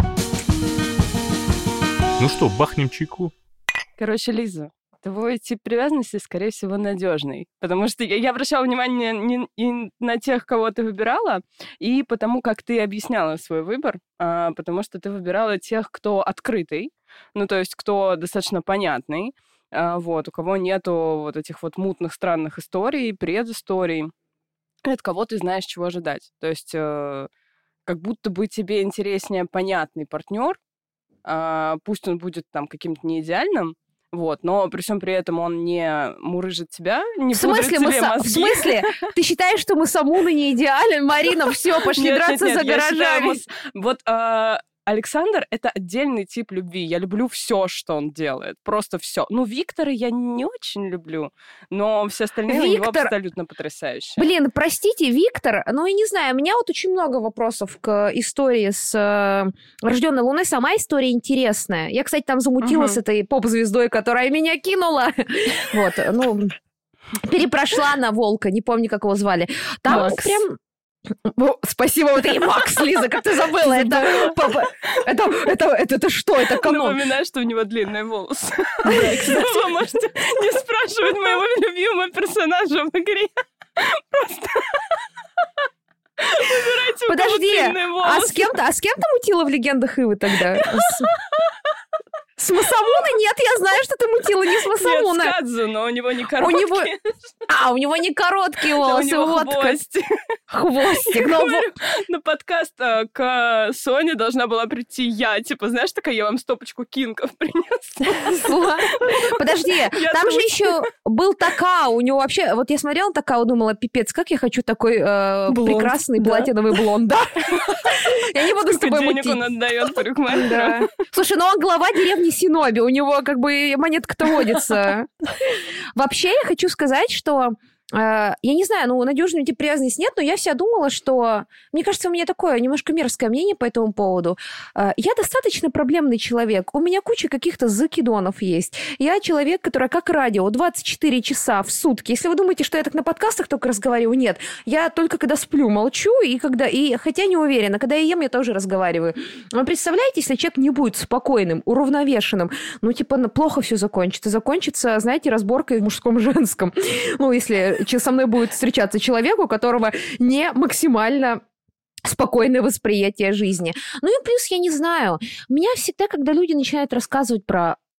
Ну что, бахнем чайку? Короче, Лиза, твой тип привязанности, скорее всего, надежный. Потому что я обращала внимание не на тех, кого ты выбирала, и потому, как ты объясняла свой выбор, потому что ты выбирала тех, кто открытый, ну, то есть, кто достаточно понятный, вот, у кого нету вот этих вот мутных, странных историй, предысторий, и от кого ты знаешь, чего ожидать. То есть, как будто бы тебе интереснее понятный партнер, пусть он будет там каким-то не идеальным, вот, но при всем при этом он не мурыжит тебя, не пудрит тебе мозги. В смысле? Ты считаешь, что мы с Амуной не идеален? Марина, все, пошли драться за гаражами. Вот Александр — это отдельный тип любви. Я люблю все, что он делает. Просто все. Ну, Виктора я не очень люблю, но все остальные у него абсолютно потрясающие. Блин, простите, Виктор, ну, я не знаю, у меня вот очень много вопросов к истории с «Рожденной луной». Сама история интересная. Я, кстати, там замутила с этой поп-звездой, которая меня кинула. Вот, ну, перепрошла на волка, не помню, как его звали. Там прям... Спасибо, вот и Макс, Лиза, как ты забыла. Это что? Это канон. Напоминаю, что у него длинные волосы. Вы можете не спрашивать моего любимого персонажа в игре. Просто выбирайте, у кого длинные волосы. А с кем ты мутила в «Легендах Ивы» тогда? С Масамуной? Нет, я знаю, что ты мутила не с Масамуной. Нет, с Кадзу, но у него не короткие. У него не короткие волосы. У него хвостик. Хвостик. На подкаст к Соне должна была прийти я. Типа, знаешь, такая, я вам стопочку кинков принесла. Подожди, там же еще был Такао. У него вообще... Вот я смотрела Такао, думала, пипец, как я хочу такой прекрасный платиновый блонд. Я не буду с тобой мутить. Денег он отдает парикмахеру. Слушай, ну он глава деревни Синоби, у него как бы монетка-то водится. Вообще, я хочу сказать, что я не знаю, ну, надежный тип привязанности нет, но я вся думала, что... Мне кажется, у меня такое немножко мерзкое мнение по этому поводу. Я достаточно проблемный человек. У меня куча каких-то закидонов есть. Я человек, который как радио, 24 часа в сутки. Если вы думаете, что я так на подкастах только разговариваю, нет. Я только когда сплю, молчу, и хотя не уверена, когда я ем, я тоже разговариваю. Вы представляете, если человек не будет спокойным, уравновешенным, ну, типа, плохо все закончится. Закончится, знаете, разборкой в мужском-женском. Ну, если со мной будет встречаться человек, у которого не максимально спокойное восприятие жизни. Ну и плюс, я не знаю, меня всегда, когда люди начинают рассказывать про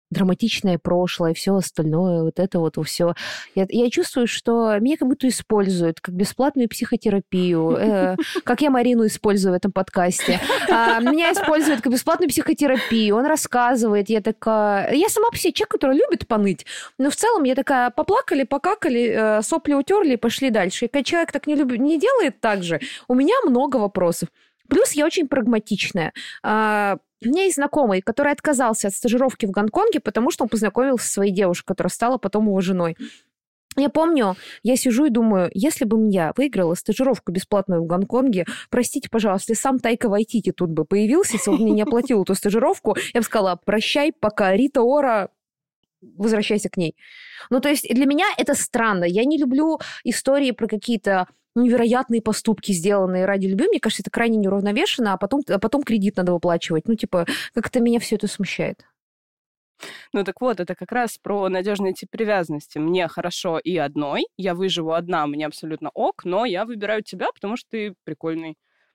драматичное прошлое, все остальное, вот это вот все. Я чувствую, что меня как будто используют как бесплатную психотерапию, как я Марину использую в этом подкасте. Меня используют как бесплатную психотерапию, он рассказывает, я такая... Я сама по себе человек, который любит поныть, но в целом я такая, поплакали, покакали, сопли утерли и пошли дальше. И когда человек так не делает так же, у меня много вопросов. Плюс я очень прагматичная. У меня есть знакомый, который отказался от стажировки в Гонконге, потому что он познакомился со своей девушкой, которая стала потом его женой. Я помню, я сижу и думаю, если бы я выиграла стажировку бесплатную в Гонконге, простите, пожалуйста, если сам Тайка Вайтити тут бы появился, если он мне не оплатил эту стажировку, я бы сказала, прощай, пока, Рита Ора, возвращайся к ней. Ну, то есть для меня это странно. Я не люблю истории про какие-то невероятные поступки, сделанные ради любви. Мне кажется, это крайне неуравновешенно, а потом кредит надо выплачивать. Ну, типа, как-то меня все это смущает. Ну так вот, это как раз про надежный тип привязанности. Мне хорошо и одной, я выживу одна, мне абсолютно ок, но я выбираю тебя, потому что ты прикольный.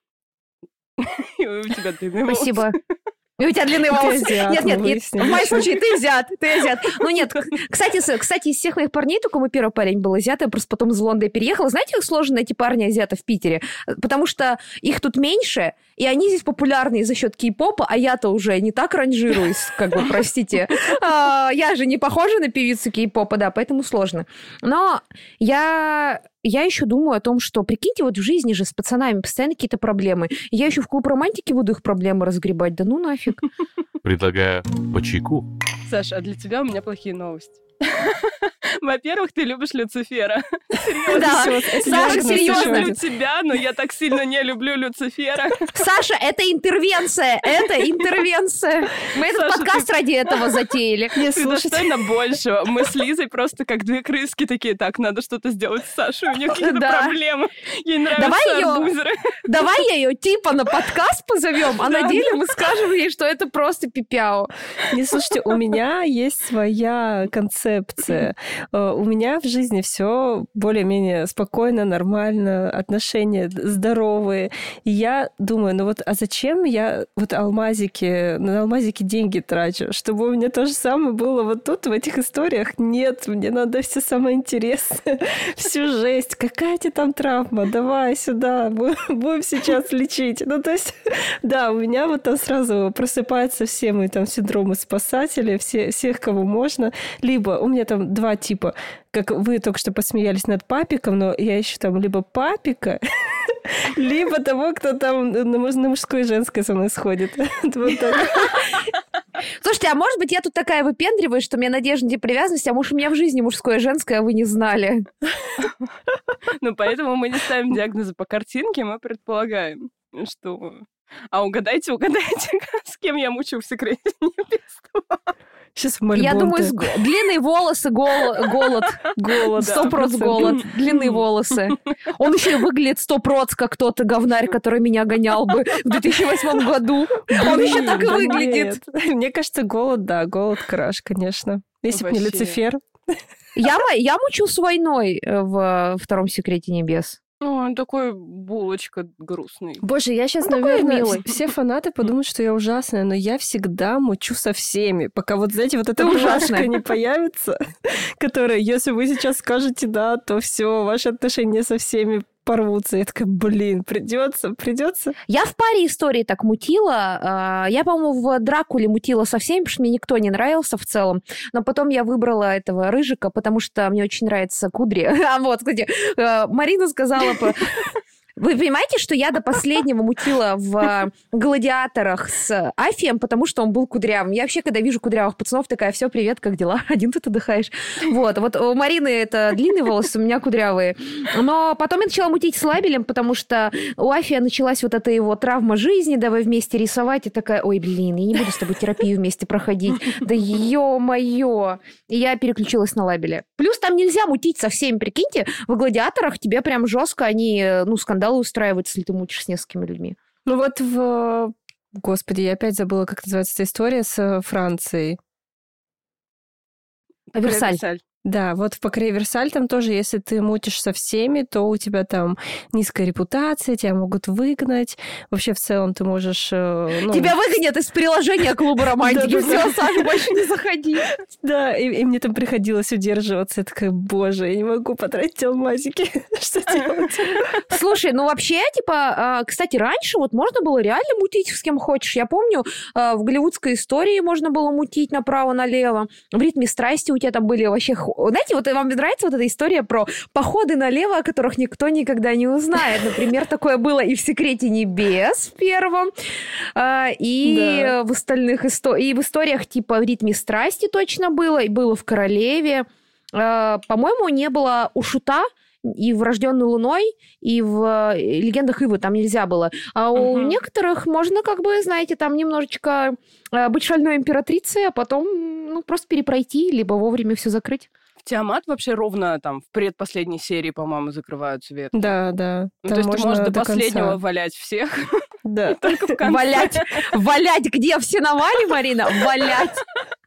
И у тебя длинные волосы. Спасибо. И у тебя длинные волосы. Нет. В моем случае ты азиат. Ну нет, кстати, из всех моих парней только мой первый парень был азиат, я просто потом из Лондона переехала. Знаете, как сложно найти парня азиата в Питере? Потому что их тут меньше, и они здесь популярны за счет кей-попа, а я-то уже не так ранжируюсь, как бы, простите. Я же не похожа на певицу кей-попа, да, поэтому сложно. Но я еще думаю о том, что, прикиньте, вот в жизни же с пацанами постоянно какие-то проблемы. Я еще в клуб романтики буду их проблемы разгребать. Да ну нафиг. Предлагаю по чайку. Саша, а для тебя у меня плохие новости. Во-первых, ты любишь Люцифера. Да, Саша, серьезно. Я люблю тебя, но я так сильно не люблю Люцифера. Саша, это интервенция. Мы этот подкаст ради этого затеяли. Ты достойна большего. Мы с Лизой просто как две крыски такие, так, надо что-то сделать с Сашей, у нее какие-то проблемы. Ей нравятся арбузеры. Давай я ее типа на подкаст позовем, а на деле мы скажем ей, что это просто пипяо. Не, слушайте, у меня есть своя концепция. У меня в жизни все более-менее спокойно, нормально, отношения здоровые. И я думаю, ну вот, а зачем я вот на алмазики деньги трачу? Чтобы у меня то же самое было вот тут, в этих историях? Нет, мне надо все самое интересное, всю жесть. Какая тебе там травма? Давай сюда, будем сейчас лечить. Ну, то есть, да, у меня вот там сразу просыпаются все мои там синдромы спасателей, всех, кого можно. Либо у меня там два типа, как вы только что посмеялись над папиком, но я ищу там либо папика, либо того, кто там на мужское и женское со мной сходит. Слушайте, а может быть, я тут такая выпендриваюсь, что у меня надежда на привязанность, а может, у меня в жизни мужское и женское, а вы не знали. Ну, поэтому мы не ставим диагнозы по картинке, мы предполагаем, что... А угадайте, с кем я мучу в секрете невесту. Сейчас в Мальбонте. Я думаю, длинные волосы, голод. Голод, 100% голод. Длинные волосы. Он еще и выглядит 100% как тот говнарь, который меня гонял бы в 2008 году. Он еще так и выглядит. Мне кажется, голод краш, конечно. Если бы не Люцифер. Я мучу с войной в «Втором секрете небес». Он такой булочка грустный. Боже, я сейчас, наверное, все фанаты подумают, что я ужасная, но я всегда мучу со всеми, пока вот, знаете, вот эта ужашка не появится, которая, если вы сейчас скажете «да», то все, ваши отношения со всеми порвутся. Я такая, придется. Я в паре историй так мутила. Я, по-моему, в «Дракуле» мутила со всеми, потому что мне никто не нравился в целом. Но потом я выбрала этого Рыжика, потому что мне очень нравятся кудри. А вот, кстати, Марина сказала... Вы понимаете, что я до последнего мутила в «Гладиаторах» с Афием, потому что он был кудрявым. Я вообще, когда вижу кудрявых пацанов, такая, все, привет, как дела? Один ты отдыхаешь. Вот у Марины это длинные волосы, у меня кудрявые. Но потом я начала мутить с Лабелем, потому что у Афия началась вот эта его травма жизни, давай вместе рисовать. И такая, ой, блин, я не буду с тобой терапию вместе проходить. Да ё-моё. И я переключилась на Лабеле. Плюс там нельзя мутить со всеми, прикиньте. В «Гладиаторах» тебе прям жестко они, скандалы устраивают, если ты мутишь с несколькими людьми. Ну вот Господи, я опять забыла, как называется эта история с Францией. Версаль. Да, вот в «Покорей Версаль» там тоже, если ты мутишь со всеми, то у тебя там низкая репутация, тебя могут выгнать. Вообще, в целом, ты можешь... Тебя выгонят из приложения клуба романтики. Все, Саша, больше не заходи. Да, и мне там приходилось удерживаться. Я такая, боже, я не могу потратить алмазики. Что делать? Слушай, ну вообще, типа, кстати, раньше вот можно было реально мутить с кем хочешь. Я помню, в голливудской истории можно было мутить направо-налево. В «Ритме страсти» у тебя там были вообще... Знаете, вот вам нравится вот эта история про походы налево, о которых никто никогда не узнает. Например, такое было и в «Секрете небес» в первом, и в остальных историях. И в историях типа в «Ритме страсти» точно было, и было в «Королеве». По-моему, не было у Шута, и в «Рожденной луной», и в «Легендах Ивы» там нельзя было. А у некоторых можно, как бы, знаете, там немножечко быть шальной императрицей, а потом просто перепройти, либо вовремя все закрыть. В «Тиамат» вообще ровно там в предпоследней серии, по-моему, закрывают свет. Да, да. Ну, то есть ты можешь до последнего валять всех. Да. Только в конце. Валять где? Все навали, Марина? Валять!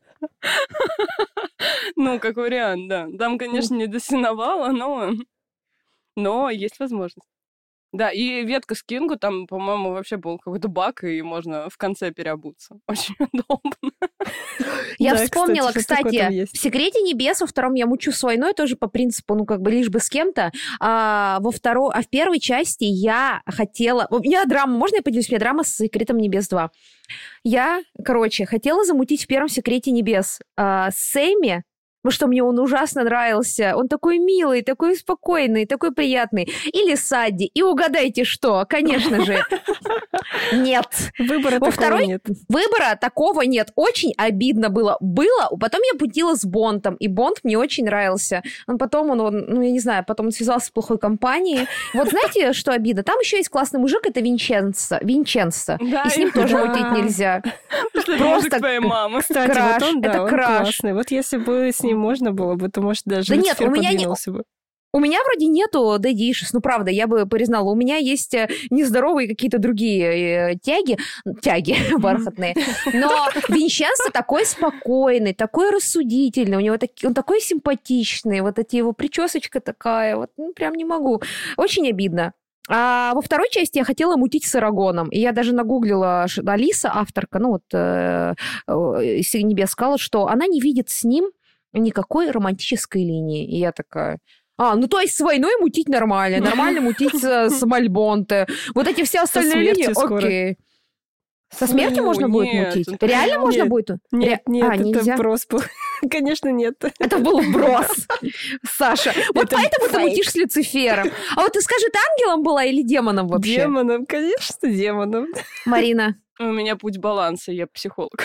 Ну, как вариант, да. Там, конечно, не до сеновала, но есть возможность. Да, и ветка с Кингу, там, по-моему, вообще был какой-то баг, и можно в конце переобуться. Очень удобно. Я вспомнила, кстати, в «Секрете небес» во втором я мучу с войной тоже по принципу, лишь бы с кем-то. А в первой части я хотела... У меня драма, можно я поделюсь? У меня драма с «Секретом небес 2». Я, хотела замутить в первом «Секрете небес» Сэмми, потому что мне он ужасно нравился. Он такой милый, такой спокойный, такой приятный. Или Садди. И угадайте, что? Конечно же, нет. Выбора такого нет. Выбора такого нет. Очень обидно было. Потом я путила с Бондом, и Бонд мне очень нравился. Потом я не знаю, потом он связался с плохой компанией. Вот знаете, что обидно? Там еще есть классный мужик, это Винченцо. Да, и с ним тоже мутить нельзя. Просто твоей мамы. Кстати, краш. Вот он краш. классный. Вот если бы с ним можно было бы, то, может, даже да нет, подвинулся бы. У меня вроде нету daddy issues, правда, я бы признала. У меня есть нездоровые какие-то другие тяги бархатные. Но Винченцо такой спокойный, такой рассудительный, у него он такой симпатичный, вот эти его причесочка такая, прям не могу. Очень обидно. А во второй части я хотела мутить с Арагоном. И я даже нагуглила, Алиса, авторка, из небес, сказала, что она не видит с ним никакой романтической линии. И я такая... то есть с войной мутить нормально. Нормально мутить с Мальбонте. Вот эти все остальные линии, окей. Со смертью можно будет мутить? Реально можно будет? Нет, нельзя? Это просто... Конечно, нет. Это был вброс, Саша. Вот поэтому ты мутишь с Люцифером. А вот ты скажи, ты ангелом была или демоном вообще? Демоном, конечно, демоном. Марина? У меня путь баланса, я психолог.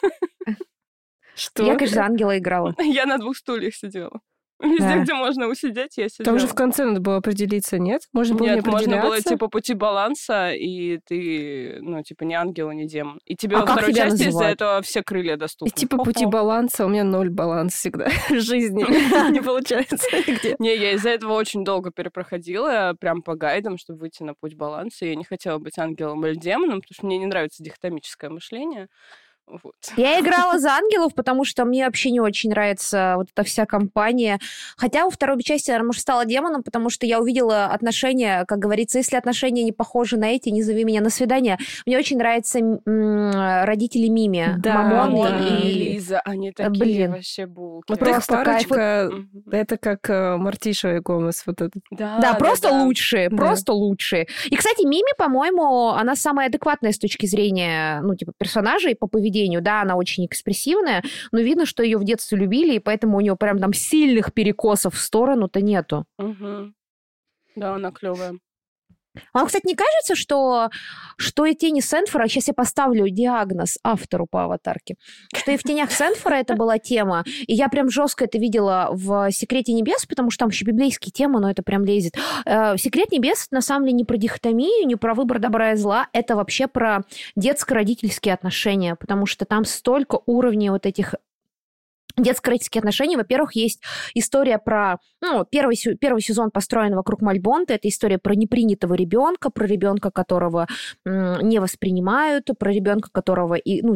Что? Я, конечно, за ангела играла. Я на 2 стульях сидела. Везде, где можно усидеть, я сидела. Там же в конце надо было определиться, нет? Можно было не определяться? Можно было, пути баланса, и ты, не ангел, не демон. И тебе во второй части называют? из-за этого все крылья доступны. И пути баланса, у меня 0 баланс всегда в жизни. Не получается нигде. Не, я из-за этого очень долго перепроходила, прям по гайдам, чтобы выйти на путь баланса. Я не хотела быть ангелом или демоном, потому что мне не нравится дихотомическое мышление. Вот. Я играла за ангелов, потому что мне вообще не очень нравится вот эта вся компания. Хотя у второй части я, может, стала демоном, потому что я увидела отношения, как говорится, если отношения не похожи на эти, не зови меня на свидание. Мне очень нравятся родители Мими. Да, Мамон и Лиза, они такие вообще булки. Вот их парочка, это как Мартиша и Гомес. Вот это. Да, просто лучшие, просто лучшие. И, кстати, Мими, по-моему, она самая адекватная с точки зрения, персонажей по поведению. Да, она очень экспрессивная, но видно, что ее в детстве любили, и поэтому у нее прям там сильных перекосов в сторону-то нету. Угу. Да, она клевая. Вам, кстати, не кажется, что и «Тени Сентфора», сейчас я поставлю диагноз автору по аватарке, что и в «Тенях Сентфора» это была тема, и я прям жестко это видела в «Секрете небес», потому что там еще библейские темы, но это прям лезет. «Секрет небес» на самом деле не про дихотомию, не про выбор добра и зла, это вообще про детско-родительские отношения, потому что там столько уровней вот этих детско-родительские отношения. Во-первых, есть история про... первый сезон построен вокруг Мальбонте. Это история про непринятого ребенка, про ребенка, которого не воспринимают, про ребенка, которого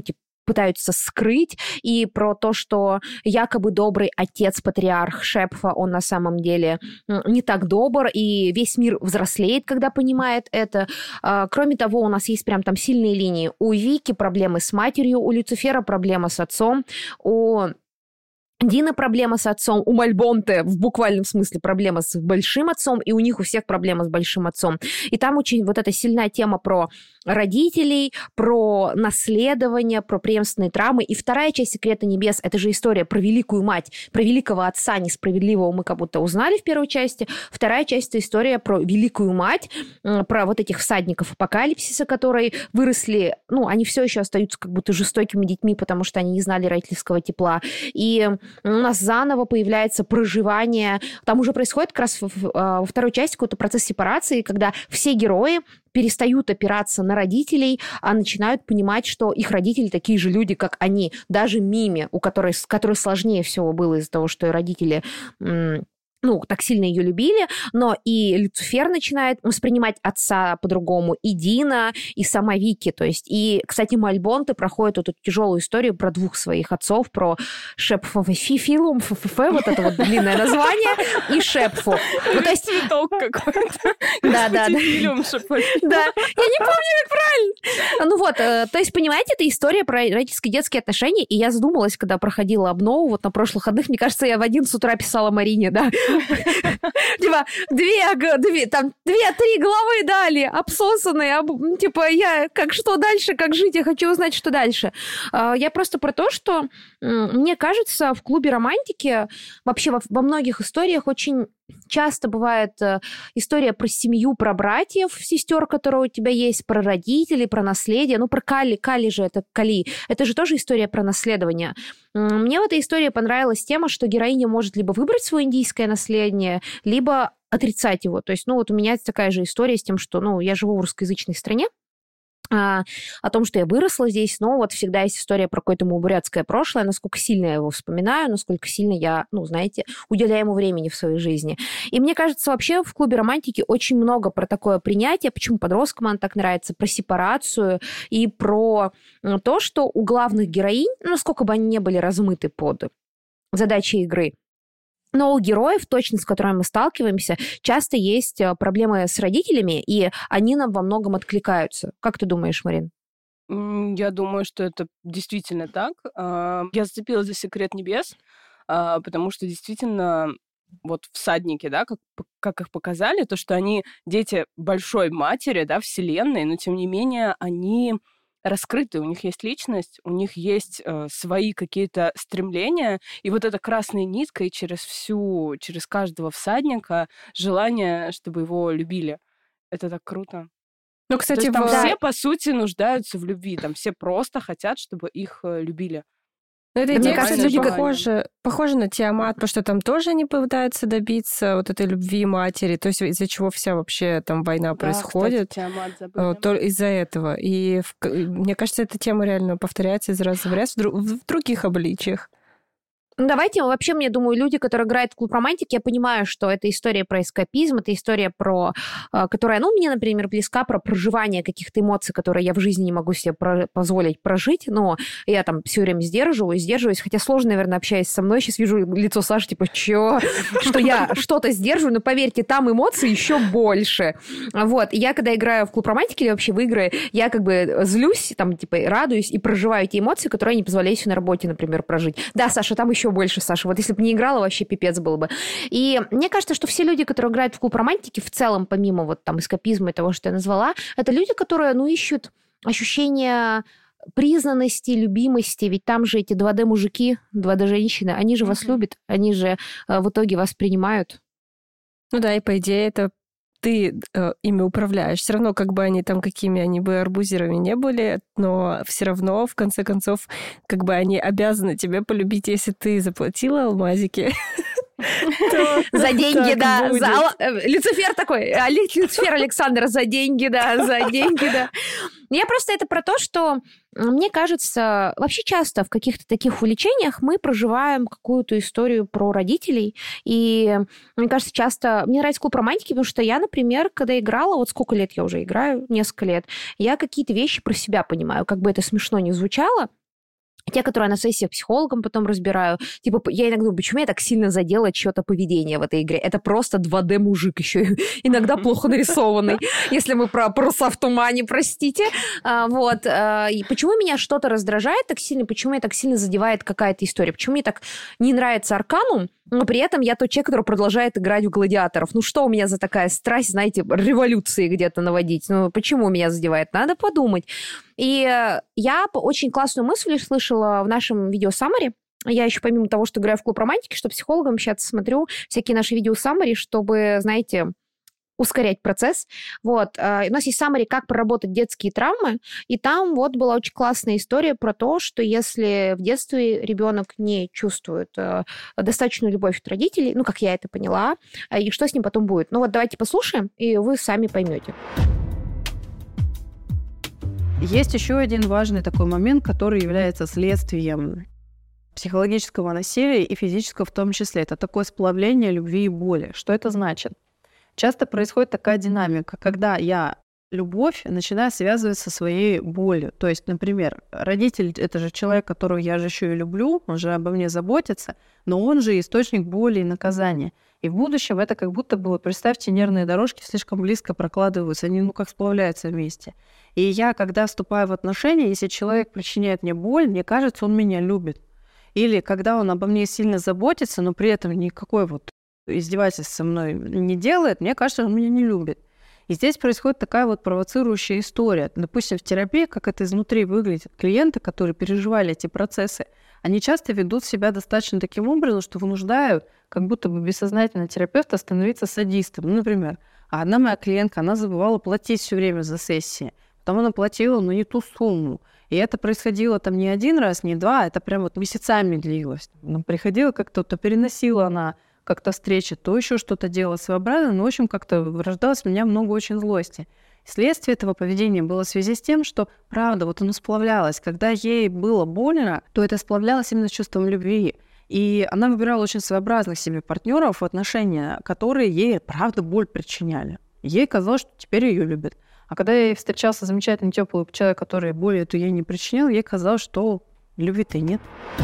пытаются скрыть, и про то, что якобы добрый отец-патриарх Шепфа, он на самом деле не так добр, и весь мир взрослеет, когда понимает это. Кроме того, у нас есть прям там сильные линии. У Вики проблемы с матерью, у Люцифера проблема с отцом, у Дина проблема с отцом, у Мальбонте в буквальном смысле проблема с большим отцом, и у них у всех проблема с большим отцом. И там очень вот эта сильная тема про родителей, про наследование, про преемственные травмы. И вторая часть «Секрета небес» — это же история про великую мать, про великого отца несправедливого мы как будто узнали в первой части. Вторая часть — это история про великую мать, про вот этих всадников апокалипсиса, которые выросли, они все еще остаются как будто жестокими детьми, потому что они не знали родительского тепла. И у нас заново появляется проживание. Там уже происходит как раз во второй части какой-то процесс сепарации, когда все герои перестают опираться на родителей, а начинают понимать, что их родители такие же люди, как они. Даже Мими, с которой сложнее всего было из-за того, что и родители так сильно ее любили, но и Люцифер начинает воспринимать отца по-другому, и Дина, и сама Вики. То есть, и, кстати, Мальбонте проходит эту тяжелую историю про двух своих отцов, про Шепфу, Филум, вот это вот длинное название, и Шепфу. То есть цветок какой-то. Да. Да, я не помню, как правильно. То есть, понимаете, это история про родительские детские отношения, и я задумалась, когда проходила обнову, вот на прошлых выходных, мне кажется, я в 11 утра писала Марине, да, типа, 2-3 главы дали, обсосанные, я, что дальше, как жить, я хочу узнать, что дальше. Я просто про то, что мне кажется, в клубе романтики вообще во многих историях очень часто бывает история про семью, про братьев, сестер, которые у тебя есть, про родителей, про наследие. Про Кали же это Кали. Это же тоже история про наследование. Мне в этой истории понравилась тема, что героиня может либо выбрать свое индийское наследие, либо отрицать его. То есть, у меня такая же история с тем, что, я живу в русскоязычной стране, о том, что я выросла здесь, но всегда есть история про какое-то бурятское прошлое, насколько сильно я его вспоминаю, насколько сильно я, уделяю ему времени в своей жизни. И мне кажется, вообще в клубе романтики очень много про такое принятие, почему подросткам она так нравится, про сепарацию и про то, что у главных героинь, насколько бы они не были размыты под задачи игры, но у героев, точно с которыми мы сталкиваемся, часто есть проблемы с родителями, и они нам во многом откликаются. Как ты думаешь, Марин? Я думаю, что это действительно так. Я зацепилась за «Секрет небес», потому что действительно вот всадники, да, как их показали, то, что они дети большой матери, да, вселенной, но тем не менее они раскрыты, у них есть личность, у них есть свои какие-то стремления, и вот эта красная нитка, и через каждого всадника желание, чтобы его любили. Это так круто. Кстати, там все, по сути, нуждаются в любви, там все просто хотят, чтобы их любили. Это идея, кажется, люди похожи на Тиамат, потому что там тоже они пытаются добиться вот этой любви матери, то есть из-за чего вся вообще там война происходит. Кстати, из-за этого. И мне кажется, эта тема реально повторяется из раза в раз в других обличиях. Давайте, вообще, мне думаю, люди, которые играют в клуб романтики, я понимаю, что это история про эскапизм, это история про, которая, мне, например, близка, про проживание каких-то эмоций, которые я в жизни не могу себе позволить прожить, но я там все время сдерживаюсь, хотя сложно, наверное, общаясь со мной, сейчас вижу лицо Саши, типа, что я что-то сдерживаю, но поверьте, там эмоций еще больше. И я, когда играю в клуб романтики или вообще в игры, я как бы злюсь, там, типа, радуюсь и проживаю те эмоции, которые я не позволяю себе на работе, например, прожить. Да, Саша, там еще больше, Саша. Вот если бы не играла, вообще пипец был бы. И мне кажется, что все люди, которые играют в клуб романтики, в целом, помимо эскапизма и того, что я назвала, это люди, которые, ищут ощущение признанности, любимости, ведь там же эти 2D-мужики, 2D-женщины, они же вас любят, они же в итоге вас принимают. И по идее это ты ими управляешь. Все равно, как бы они там, какими они бы арбузерами не были, но все равно, в конце концов, как бы они обязаны тебя полюбить, если ты заплатила алмазики. За деньги, да. Люцифер такой, Люцифер Александр, за деньги, да. Я просто это про то, что мне кажется, вообще часто в каких-то таких увлечениях мы проживаем какую-то историю про родителей. И мне кажется, часто... Мне нравится клуб романтики, потому что я, например, когда играла, сколько лет я уже играю, несколько лет, я какие-то вещи про себя понимаю, как бы это смешно ни звучало. те, которые я на сессиях психологом потом разбираю. Типа, я иногда думаю, почему я так сильно задела чьё-то поведение в этой игре? Это просто 2D-мужик еще иногда плохо нарисованный, если мы про «Паруса в тумане», простите. Вот. И почему меня что-то раздражает так сильно, почему меня так сильно задевает какая-то история, почему мне так не нравится Арканум, но при этом я тот человек, который продолжает играть в гладиаторов. Ну что у меня за такая страсть, знаете, революции где-то наводить? Ну почему меня задевает? Надо подумать. И я очень классную мысль слышала в нашем видео-саммари. Я еще помимо того, что играю в клуб романтики, что психологом общаться, смотрю всякие наши видео-саммари, чтобы, знаете, ускорять процесс. Вот. У нас есть саммари, как проработать детские травмы, и там вот была очень классная история про то, что если в детстве ребенок не чувствует достаточную любовь от родителей, ну, как я это поняла, и что с ним потом будет. Ну вот давайте послушаем, и вы сами поймете. Есть еще один важный такой момент, который является следствием психологического насилия и физического в том числе. Это такое сплавление любви и боли. Что это значит? Часто происходит такая динамика, когда я любовь начинаю связывать со своей болью. То есть, например, родитель — это же человек, которого я же еще и люблю, он же обо мне заботится, но он же источник боли и наказания. И в будущем это как будто бы, вот представьте, нервные дорожки слишком близко прокладываются, они как сплавляются вместе. И я, когда вступаю в отношения, если человек причиняет мне боль, мне кажется, он меня любит. Или когда он обо мне сильно заботится, но при этом никакой вот издевательств со мной не делает, мне кажется, он меня не любит. И здесь происходит такая вот провоцирующая история. Допустим, в терапии, как это изнутри выглядит, клиенты, которые переживали эти процессы, они часто ведут себя достаточно таким образом, что вынуждают как будто бы бессознательно терапевта становиться садистом. Ну, например, одна моя клиентка, она забывала платить все время за сессии. Потом она платила, но не ту сумму. И это происходило там не один раз, не два, это прям вот месяцами длилось. Она приходила как-то, то переносила она как-то встречи, то еще что-то делала своеобразно, но, в общем, как-то рождалось у меня много очень злости. Следствие этого поведения было в связи с тем, что, правда, вот оно сплавлялось. Когда ей было больно, то это сплавлялось именно с чувством любви. И она выбирала очень своеобразных себе партнеров в отношения, которые ей, правда, боль причиняли. Ей казалось, что теперь ее любят. А когда ей встречался замечательный теплый человек, который боль эту ей не причинял, ей казалось, что любви-то нет.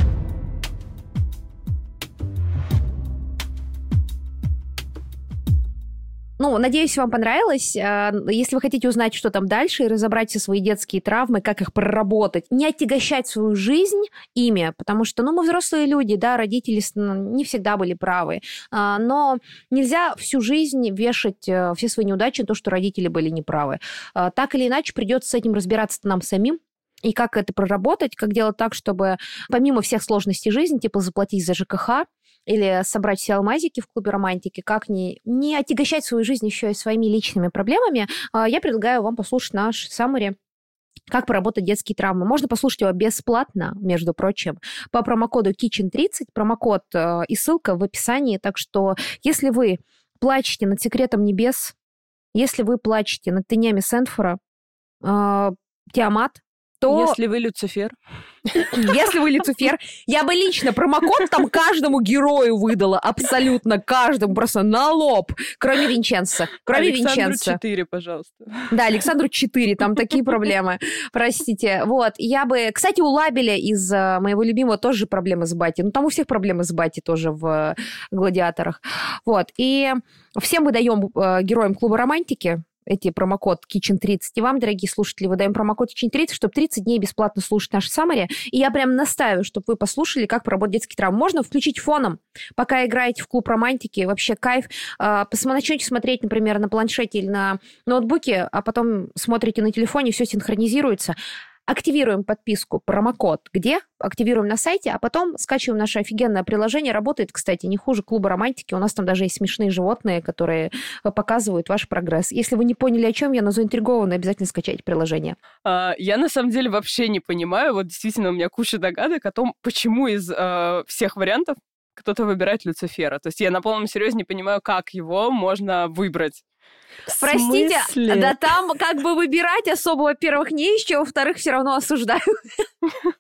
Ну, надеюсь, вам понравилось. Если вы хотите узнать, что там дальше, и разобрать все свои детские травмы, как их проработать, не отягощать свою жизнь ими, потому что, ну, мы взрослые люди, да, родители не всегда были правы, но нельзя всю жизнь вешать все свои неудачи на то, что родители были неправы. Так или иначе, придется с этим разбираться нам самим. И как это проработать, как делать так, чтобы помимо всех сложностей жизни, типа заплатить за ЖКХ, или собрать все алмазики в клубе романтики, как не отягощать свою жизнь еще и своими личными проблемами, я предлагаю вам послушать наш саммари «Как проработать детские травмы». Можно послушать его бесплатно, между прочим, по промокоду Kitchen30, промокод и ссылка в описании. Так что если вы плачете над «Секретом небес», если вы плачете над «Тенями Сентфора», «Тиамат», то... Если вы Люцифер. Если вы Люцифер, я бы лично промокод там каждому герою выдала, абсолютно каждому, просто на лоб, кроме Винченца. Александру 4, пожалуйста. Да, Александру 4, там такие проблемы, простите. Вот, я бы... Кстати, у Лабеля из моего любимого тоже проблемы с Бати. Ну, там у всех проблемы с Бати тоже в «Гладиаторах». Вот, и всем мы даем героям клуба романтики эти промокод Kitchen30. И вам, дорогие слушатели, выдаем промокод Kitchen30, чтобы 30 дней бесплатно слушать наши саммари. И я прям настаиваю, чтобы вы послушали, как проработать детские травмы. Можно включить фоном, пока играете в клуб романтики. Вообще кайф. Начнете смотреть, например, на планшете или на ноутбуке, а потом смотрите на телефоне, все синхронизируется. Активируем подписку, промокод где? Активируем на сайте, а потом скачиваем наше офигенное приложение. Работает, кстати, не хуже клуба романтики. У нас там даже есть смешные животные, которые показывают ваш прогресс. Если вы не поняли, о чем я, но заинтригованы, обязательно скачайте приложение. Я на самом деле вообще не понимаю. Вот действительно у меня куча догадок о том, почему из всех вариантов кто-то выбирает Люцифера. То есть я на полном серьезе не понимаю, как его можно выбрать. Простите, да там как бы выбирать особо, во-первых, не из чего, во-вторых, все равно осуждаю.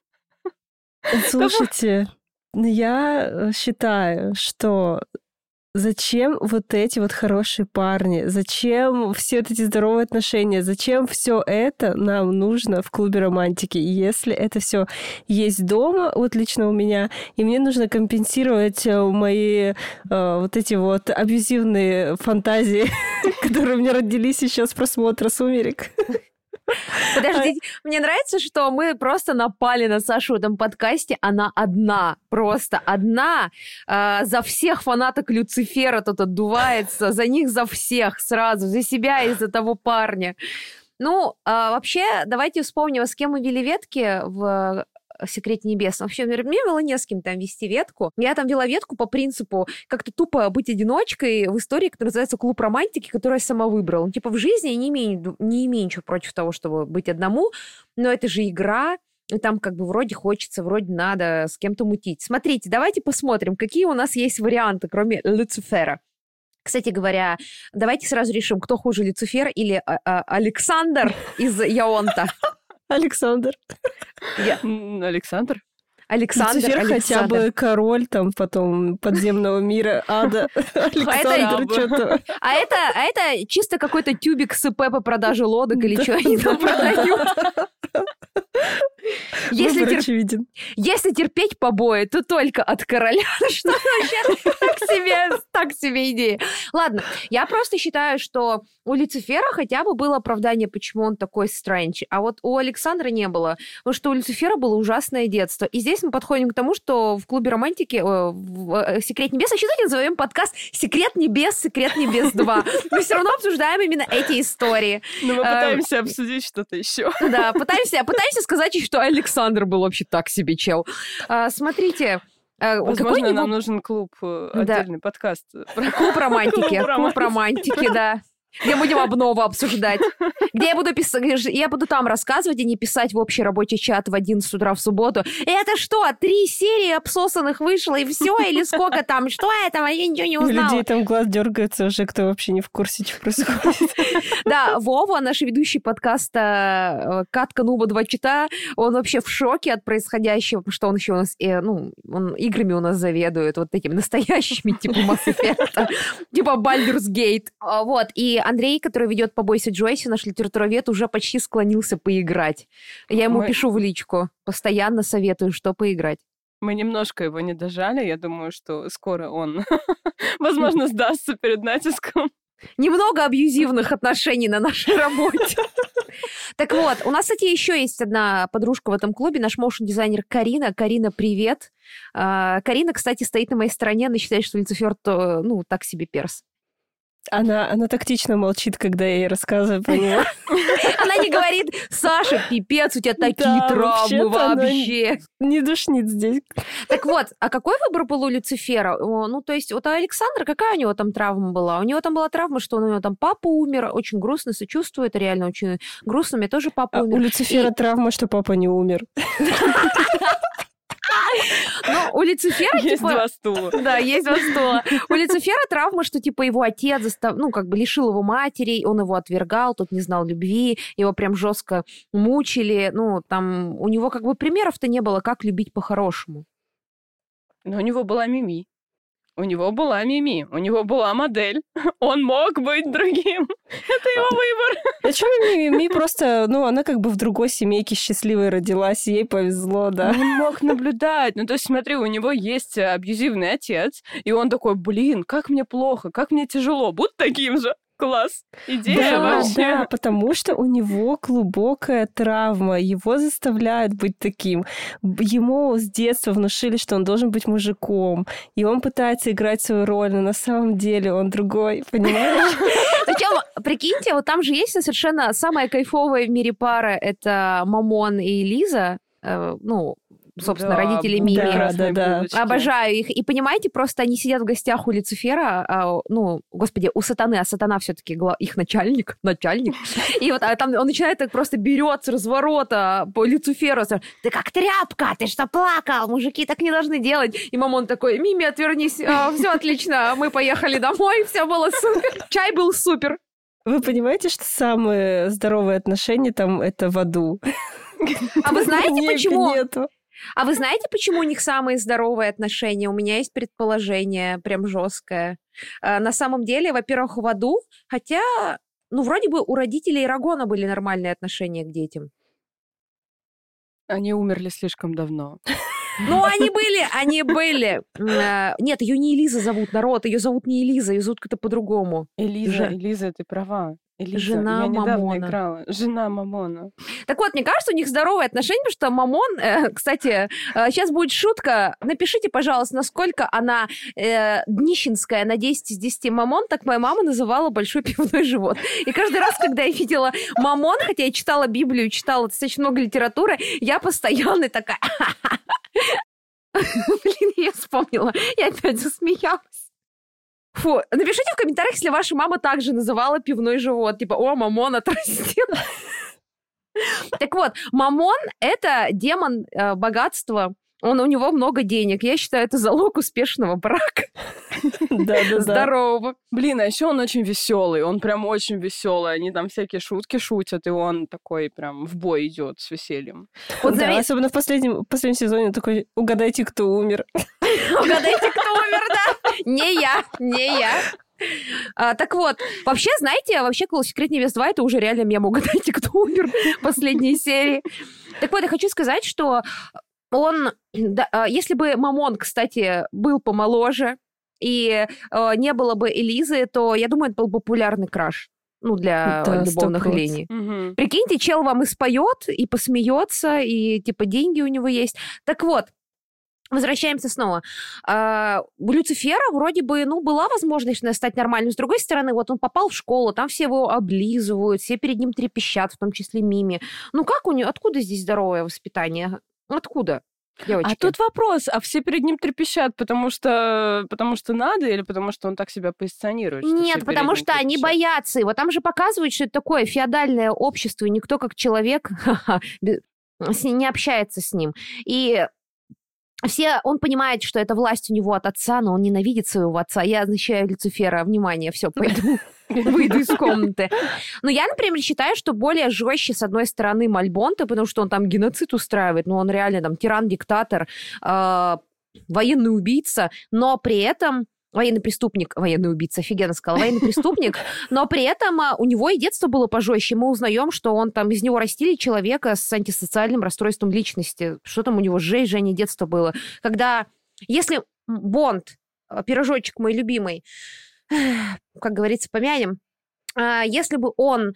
Слушайте, я считаю, что зачем вот эти вот хорошие парни? Зачем все вот эти здоровые отношения? Зачем все это нам нужно в клубе романтики? Если это все есть дома, вот лично у меня, и мне нужно компенсировать мои вот эти вот абьюзивные фантазии, которые у меня родились еще с просмотра «Сумерек». Подождите, мне нравится, что мы просто напали на Сашу в этом подкасте. Она одна, просто одна. За всех фанаток Люцифера тут отдувается. За них, за всех сразу. За себя и за того парня. Ну, вообще, давайте вспомним, с кем мы вели ветки в «Секрете небес». Вообще, мне было не с кем там вести ветку. Я там вела ветку по принципу как-то тупо быть одиночкой в истории, которая называется «Клуб романтики», которую я сама выбрала. Ну, типа в жизни я не имею ничего против того, чтобы быть одному, но это же игра, и там как бы вроде хочется, вроде надо с кем-то мутить. Смотрите, давайте посмотрим, какие у нас есть варианты, кроме Люцифера. Кстати говоря, давайте сразу решим, кто хуже, Люцифер или Александр из Яонта. Александр. Александр? Люцифер хотя бы король там потом подземного мира, ада. Александр что-то. А это чисто какой-то тюбик с ИП по продаже лодок или что они там продают. Если терпеть побои, то только от короля. Что вообще так себе идея. Ладно, я просто считаю, что у Люцифера хотя бы было оправдание, почему он такой стрэндж, а вот у Александра не было. Потому что у Люцифера было ужасное детство. И здесь мы подходим к тому, что в клубе романтики в «Секрет небес», а еще давайте назовем подкаст «Секрет небес 2». Мы все равно обсуждаем именно эти истории. Но мы пытаемся обсудить что-то еще. Да, пытаемся сказать, что Александр был вообще так себе чел. Смотрите, возможно, нам нужен клуб, отдельный подкаст. Клуб романтики. Клуб романтики, да. Где будем обнову обсуждать. Где я буду там рассказывать, а не писать в общий рабочий чат в 11 утра в субботу. Это что, 3 серии обсосанных вышло, и все? Или сколько там? Что это? Я ничего не узнала. У людей там глаз дергается уже, кто вообще не в курсе, что происходит. Да, Вова, наш ведущий подкаста «Катка Нуба 2 чита», он вообще в шоке от происходящего, потому что он еще у нас, он играми у нас заведует, вот этими настоящими, типа Mass Effect, типа Baldur's Gate. Вот, и Андрей, который ведет «Побойся Джойси», наш литературовед, уже почти склонился поиграть. Я ему пишу в личку, постоянно советую, что поиграть. Мы немножко его не дожали, я думаю, что скоро он, возможно, сдастся перед натиском. Немного абьюзивных отношений на нашей работе. Так вот, у нас, кстати, еще есть одна подружка в этом клубе, наш моушн-дизайнер Карина. Карина, привет. Карина, кстати, стоит на моей стороне, она считает, что Люцифер, так себе перс. Она тактично молчит, когда я ей рассказываю про него. Она не говорит: Саша, пипец, у тебя такие травмы вообще. Не душнит здесь. Так вот, а какой выбор был у Люцифера? Ну, то есть, вот у Александра какая у него там травма была? У него там была травма, что у него там папа умер, очень грустно, сочувствую, это реально очень грустно, у меня тоже папа умер. У Люцифера травма, что папа не умер. Ну, у Люцифера, есть два стула. Да, есть два стула. У Люцифера травма, что, его отец лишил его матери, он его отвергал, тот не знал любви, его прям жестко мучили. Там у него примеров-то не было, как любить по-хорошему. Но у него была Мими. У него была модель. Он мог быть другим. Это его выбор. Зачем Мими просто, она в другой семейке счастливой родилась, ей повезло, да. Он мог наблюдать. То есть, смотри, у него есть абьюзивный отец, и он такой: блин, как мне плохо, как мне тяжело. Будь таким же. Класс. Идея вообще. Да, потому что у него глубокая травма. Его заставляют быть таким. Ему с детства внушили, что он должен быть мужиком. И он пытается играть свою роль, но на самом деле он другой. Понимаешь? Причем, прикиньте, вот там же есть совершенно самая кайфовая в мире пара. Это Мамон и Лиза. Собственно, родители Мими. Да. Обожаю их. И понимаете, просто они сидят в гостях у Люцифера, у Сатаны, а Сатана все-таки их начальник. И вот там он начинает просто берет с разворота по Люциферу. Ты как тряпка, ты что, плакал? Мужики так не должны делать. И Мамон такой: Мими, отвернись, все отлично, мы поехали домой, все было супер. Чай был супер. Вы понимаете, что самые здоровые отношения там это в аду? А вы знаете, почему? Нету. А вы знаете, почему у них самые здоровые отношения? У меня есть предположение, прям жесткое. На самом деле, во-первых, в аду, хотя, вроде бы у родителей Эрагона были нормальные отношения к детям. Они умерли слишком давно. Они были. Нет, ее не Элиза зовут, народ, ее зовут не Элиза, ее зовут как-то по-другому. Элиза, ты права. Элиза. Жена Я недавно Мамона. играла. Жена Мамона. Так вот, мне кажется, у них здоровые отношения, потому что Мамон, кстати, сейчас будет шутка. Напишите, пожалуйста, насколько она днищенская на 10 из 10 Мамон, так моя мама называла большой пивной живот. И каждый раз, когда я видела Мамон, хотя я читала Библию, читала достаточно много литературы, я постоянно такая... Блин, я вспомнила. Я опять засмеялась. Фу, напишите в комментариях, если ваша мама также называла пивной живот. Типа, о, Мамон отрастил. Так вот, Мамон — это демон богатства. У него много денег. Я считаю, это залог успешного брака. Да. Здорового. Блин, а еще он очень веселый. Он прям очень веселый. Они там всякие шутки шутят, и он такой прям в бой идет с весельем. Вот да, особенно в последнем сезоне такой: угадайте, кто умер. Угадайте, кто умер, да? Не я. Так вот, вообще, знаете, «Секрет невест 2» — это уже реально мем «Угадайте, кто умер» в последней серии. Так вот, я хочу сказать, что он... если бы Мамон, кстати, был помоложе, и не было бы Элизы, то, я думаю, это был популярный краш. Для любовных линий. Угу. Прикиньте, чел вам и споет, и посмеется, и типа деньги у него есть. Так вот, возвращаемся снова. У Люцифера вроде бы, была возможность стать нормальным. С другой стороны, вот он попал в школу, там все его облизывают, все перед ним трепещат, в том числе Мими. Откуда здесь здоровое воспитание? Откуда? Девочки. А тут вопрос, а все перед ним трепещат, потому что надо, или потому что он так себя позиционирует? Нет, потому что они боятся его. Там же показывают, что это такое феодальное общество, и никто как человек не общается с ним. И он понимает, что эта власть у него от отца, но он ненавидит своего отца. Я означаю Люцифера, внимание, все, пойду, выйду из комнаты. Но я, например, считаю, что более жестче, с одной стороны, Мальбонте, потому что он там геноцид устраивает, он реально там тиран-диктатор, военный убийца, но при этом... Военный убийца, офигенно сказала, военный преступник, но при этом у него и детство было пожестче. Мы узнаем, что он там из него растили человека с антисоциальным расстройством личности. Что там у него, жжение детства было. Если Бонд, пирожочек мой любимый, как говорится, помянем, если бы он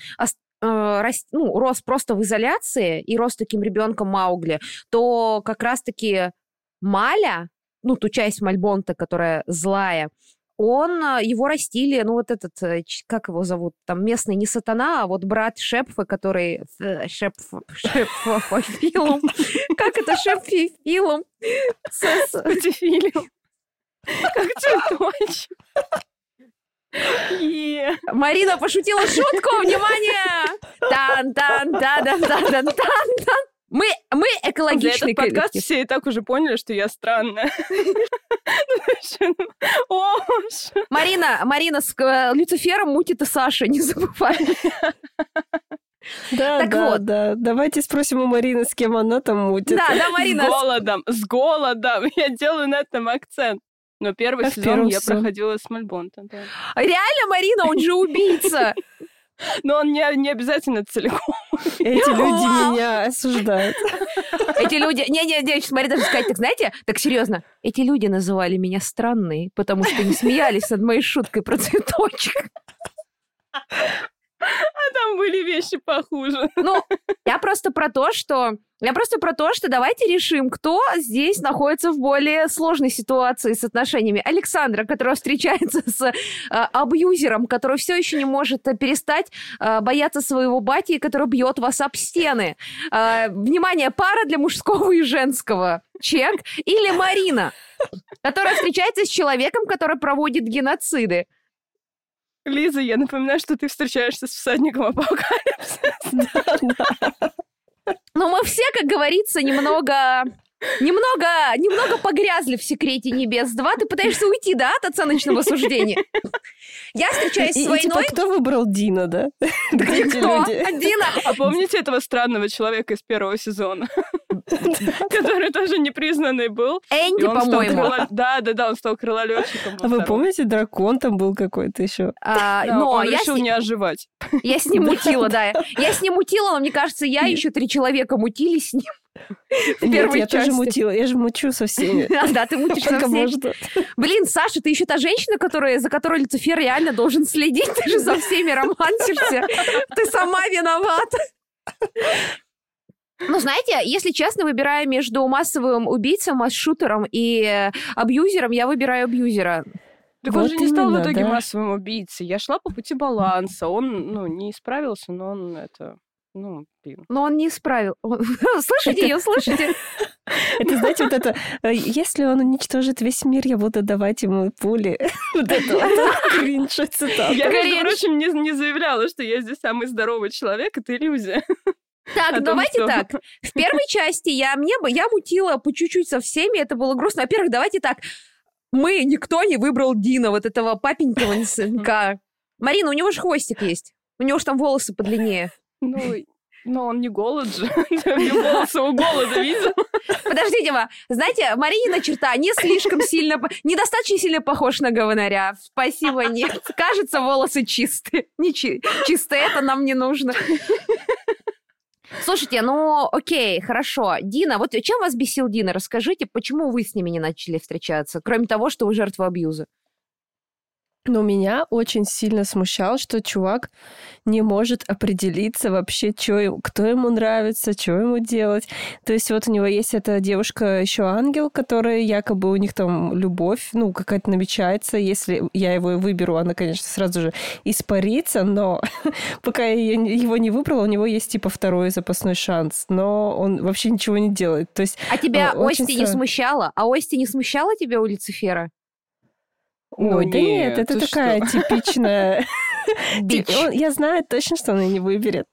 рос просто в изоляции и рос таким ребенком Маугли, то как раз-таки Маля, ту часть Мальбонта, которая злая, его растили, как его зовут, там местный не сатана, а вот брат Шепфа, который... Шепфофилум. Как это Шепфофилум? Спатифилиум. Как цветочек. Марина пошутила шутку, внимание! Тан-тан-тан-тан-тан-тан-тан. Мы экологичный коллектив. Подкаст все и так уже поняли, что я странная. Марина с Люцифером мутит и Саша, не забывай. Да. Давайте спросим у Марины, с кем она там мутит. Да, Марина. С голодом. Я делаю на этом акцент. Но первый сезон я проходила с Мальбонтом. Реально, Марина, он же убийца. Но он не обязательно целиком. Эти люди меня осуждают. Эти люди... Не, смотри, даже сказать, так знаете, так серьезно, эти люди называли меня странной, потому что не смеялись над моей шуткой про цветочек. А там были вещи похуже. Я просто про то, что давайте решим, кто здесь находится в более сложной ситуации с отношениями. Александра, которая встречается с абьюзером, который все еще не может перестать бояться своего бати, который бьет вас об стены. Внимание, пара для мужского и женского. Чек. Или Марина, которая встречается с человеком, который проводит геноциды. Лиза, я напоминаю, что ты встречаешься с всадником апокалипсиса. Да. Мы все, как говорится, немного Немного погрязли в «Секрете небес 2». Ты пытаешься уйти, да, от оценочного суждения? Я встречаюсь с войной... кто выбрал Дина, да? Где эти Кто? люди? Дина. А помните этого странного человека из первого сезона? Который тоже непризнанный был. Энди, по-моему. Да, он стал крылолетчиком. А вы помните, дракон там был какой-то еще? Но он я решил не оживать. Я с ним мутила, да. Я с ним мутила, но мне кажется, я и еще 3 человека мутили с ним. В первой я тоже мутила. Я же мучу со всеми. Да, ты мутишь со всеми. Блин, Саша, ты еще та женщина, за которой Люцифер реально должен следить. Ты же за всеми романсишься. Ты сама виновата. Ну, знаете, если честно, выбирая между массовым убийцей, масс-шутером и абьюзером, я выбираю абьюзера. Так он же не стал в итоге массовым убийцей. Я шла по пути баланса. Он, не исправился, но он но он не исправил. Слышите ее, слышите? Это, знаете, вот это... Если он уничтожит весь мир, я буду давать ему пули. Вот это кринж цитата. Я, между прочим, не заявляла, что я здесь самый здоровый человек. Это иллюзия. Так, давайте так. В первой части я мутила по чуть-чуть со всеми. Это было грустно. Во-первых, давайте так. Никто не выбрал Дина, вот этого папенького сынка. Марина, у него же хвостик есть. У него же там волосы подлиннее. Но он не голод же. Волосы у голода видел. Подождите, знаете, Маринина черта недостаточно сильно похож на говнаря. Спасибо, нет. Кажется, волосы чистые. Не чистые, это нам не нужно. Слушайте, окей, хорошо. Дина, вот чем вас бесил Дина? Расскажите, почему вы с ними не начали встречаться, кроме того, что вы жертва абьюза? Но меня очень сильно смущало, что чувак не может определиться вообще, кто ему нравится, что ему делать. То есть вот у него есть эта девушка, еще ангел, которая якобы у них там любовь, какая-то намечается. Если я его выберу, она, конечно, сразу же испарится, но пока я его не выбрала, у него есть типа второй запасной шанс. Но он вообще ничего не делает. То есть, а тебя Ости не смущала? А Ости не смущала тебя у Люцифера? Ой, да нет, это такая типичная... Я знаю точно, что он ее не выберет.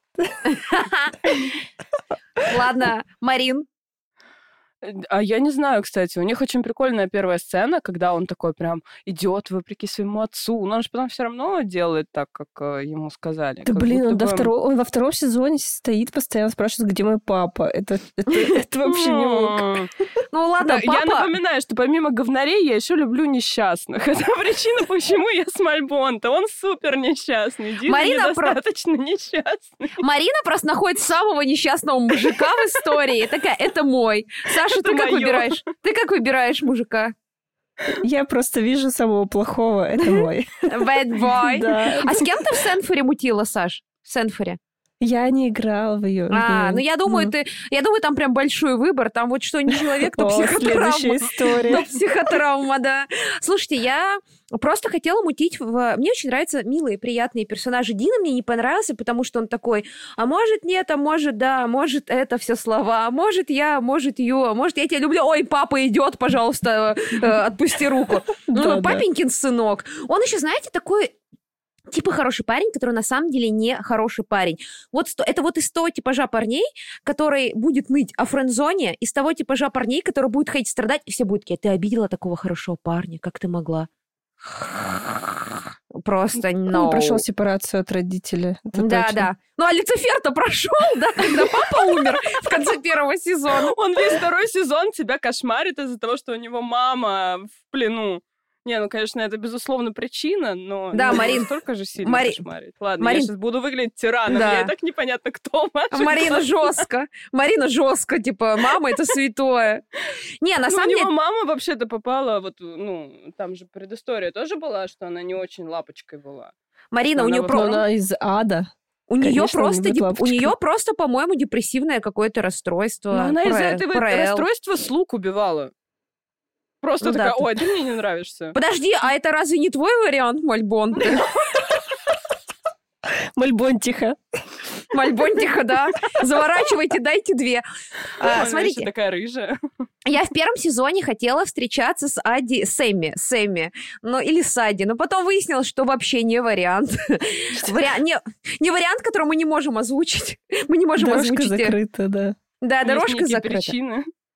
Ладно, Марин. А я не знаю, кстати, у них очень прикольная первая сцена, когда он такой прям идет вопреки своему отцу. Но он же потом все равно делает так, как ему сказали. Да блин, он во втором сезоне стоит постоянно, спрашивает, где мой папа. Это вообще не мог. Ну ладно, папа... Я напоминаю, что помимо говнарей я еще люблю несчастных. Это причина, почему я с Мальбонта. Он супер несчастный. Дина недостаточно несчастный. Марина просто находит самого несчастного мужика в истории. Такая, это мой. Саша, ты как выбираешь? Ты как выбираешь мужика? Я просто вижу самого плохого. Это мой. Bad boy. Да. А с кем ты в Сенфоре мутила, Саш? В Сенфоре? Я не играла в ее. Я думаю, там прям большой выбор. Там вот что не человек, то психотравма. Следующая история. То психотравма, да. Слушайте, я просто хотела мутить Мне очень нравятся милые, приятные персонажи. Дина мне не понравился, потому что он такой, а может нет, а может да, может это все слова, может я, может ю, может я тебя люблю. Ой, папа идет, пожалуйста, отпусти руку. Папенькин сынок. Он еще, знаете, такой... типа хороший парень, который на самом деле не хороший парень. Это вот из того типажа парней, который будет ныть о френдзоне, из того типажа парней, который будет ходить страдать, и все будут такие, ты обидела такого хорошего парня, как ты могла? Просто no. Он прошел сепарацию от родителя. Да. Ну, а Люцифер-то прошел, да, когда папа умер в конце первого сезона. Он весь второй сезон тебя кошмарит из-за того, что у него мама в плену. Не, конечно, это, безусловно, причина, но да, Марин, столько же сильно кошмарит. Ладно, Марин... я сейчас буду выглядеть тираном, мне и так непонятно, кто Марина жестко, типа, мама — это святое. Не, на самом деле... у него мама вообще-то попала, там же предыстория тоже была, что она не очень лапочкой была. Марина, у нее она из ада. У нее просто, по-моему, депрессивное какое-то расстройство. Но она из-за этого расстройства слуг убивала. Просто такая, ой, ты мне не нравишься. Подожди, а это разве не твой вариант, Мальбон? Мальбонтиха. Мальбонтиха, да. Заворачивайте, дайте 2. Смотрите. Такая рыжая. Я в первом сезоне хотела встречаться с Сэмми, или с Адди, но потом выяснилось, что вообще не вариант. Не вариант, который мы не можем озвучить. Мы не можем озвучить. Дорожка закрыта, да. Да, дорожка закрыта. Причины.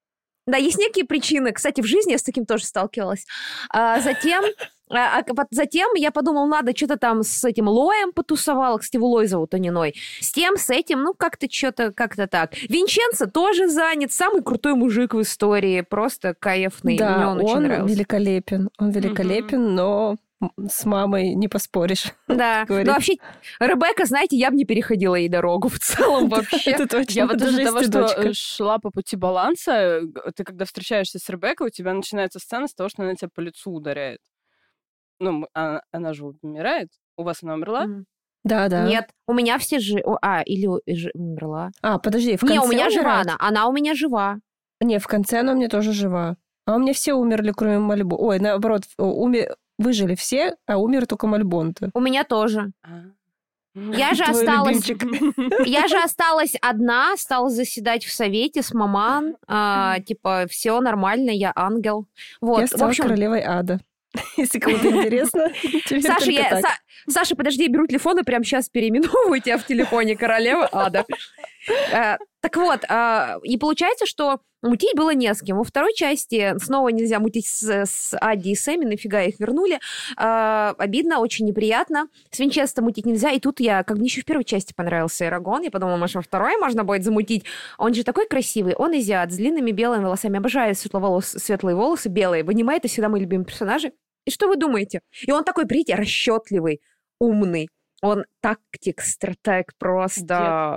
Да, есть некие причины. Кстати, в жизни я с таким тоже сталкивалась. Затем я подумала, надо что-то там с этим Лоем потусовала. Кстати, его Лой зовут, а не Ной. С этим, ну, как-то что-то, как-то так. Винченцо тоже занят. Самый крутой мужик в истории. Просто кайфный. Да, мне он очень нравился. великолепен. Он великолепен, но с мамой не поспоришь. Да, но вообще, Ребекка, знаете, я бы не переходила ей дорогу в целом вообще. Это точно. Я вот из-за того, что шла по пути баланса, ты когда встречаешься с Ребеккой, у тебя начинается сцена с того, что она тебя по лицу ударяет. Ну, она же умирает. У вас она умерла? Да. Нет, у меня все или умерла. Подожди, в конце Не, у меня жива умирает? она у меня жива. Не, в конце она у меня тоже жива. А у меня все умерли, кроме Мальбо. Ой, наоборот, выжили все, а умер только Мальбонте. У меня тоже. Я же осталась одна, стала заседать в совете с маман. Типа, все нормально, я ангел. Вот. Я стала королевой ада. Если кому-то интересно. Саша, подожди, я беру телефон и прямо сейчас переименовываю тебя в телефоне королева ада. Так вот, и получается, что мутить было не с кем. Во второй части снова нельзя мутить с Адди и Сэмми, нафига их вернули. Обидно, очень неприятно. С Винченцо мутить нельзя, и тут мне еще в первой части понравился Эрагон. Я подумала, может, во второй можно будет замутить. Он же такой красивый, он азиат, с длинными белыми волосами. Обожаю светлые волосы, белые. Ванимай, это всегда мои любимые персонажи. И что вы думаете? И он такой, придите, расчетливый, умный. Он тактик, стратег просто...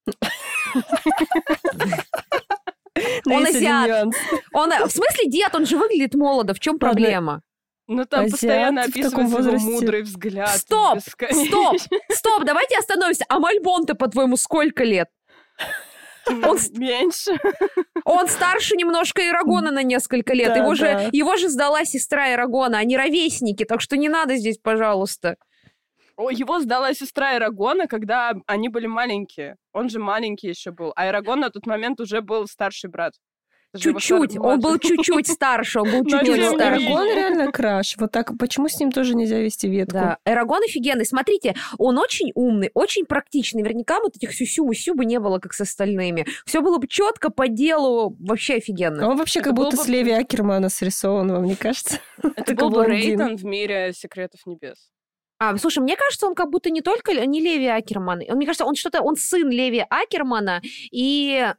Он азиат. В смысле дед? Он же выглядит молодо. В чем проблема? Ну, там постоянно описывается его мудрый взгляд. Стоп! Давайте остановимся. А Мальбонте, по-твоему, сколько лет? Он меньше. Он старше немножко Эрагона на несколько лет. Его же сдала сестра Эрагона. Они ровесники, так что не надо здесь, пожалуйста. Его сдала сестра Эрагона, когда они были маленькие. Он же маленький еще был. А Эрагон на тот момент уже был старший брат. Чуть-чуть. Он был чуть-чуть старше. Он был чуть-чуть старше. Эрагон реально краш. Вот так. Почему с ним тоже нельзя вести ветку? Да. Эрагон офигенный. Смотрите, он очень умный, очень практичный. Наверняка вот этих сюсю-мусю бы не было, как с остальными. Все было бы четко, по делу. Вообще офигенно. Он вообще как будто с Леви Акермана срисован, вам не кажется? Это был бы Рейтон в мире Секретов Небес. Слушай, мне кажется, он как будто не Леви Акерман. Мне кажется, он сын Леви Акермана и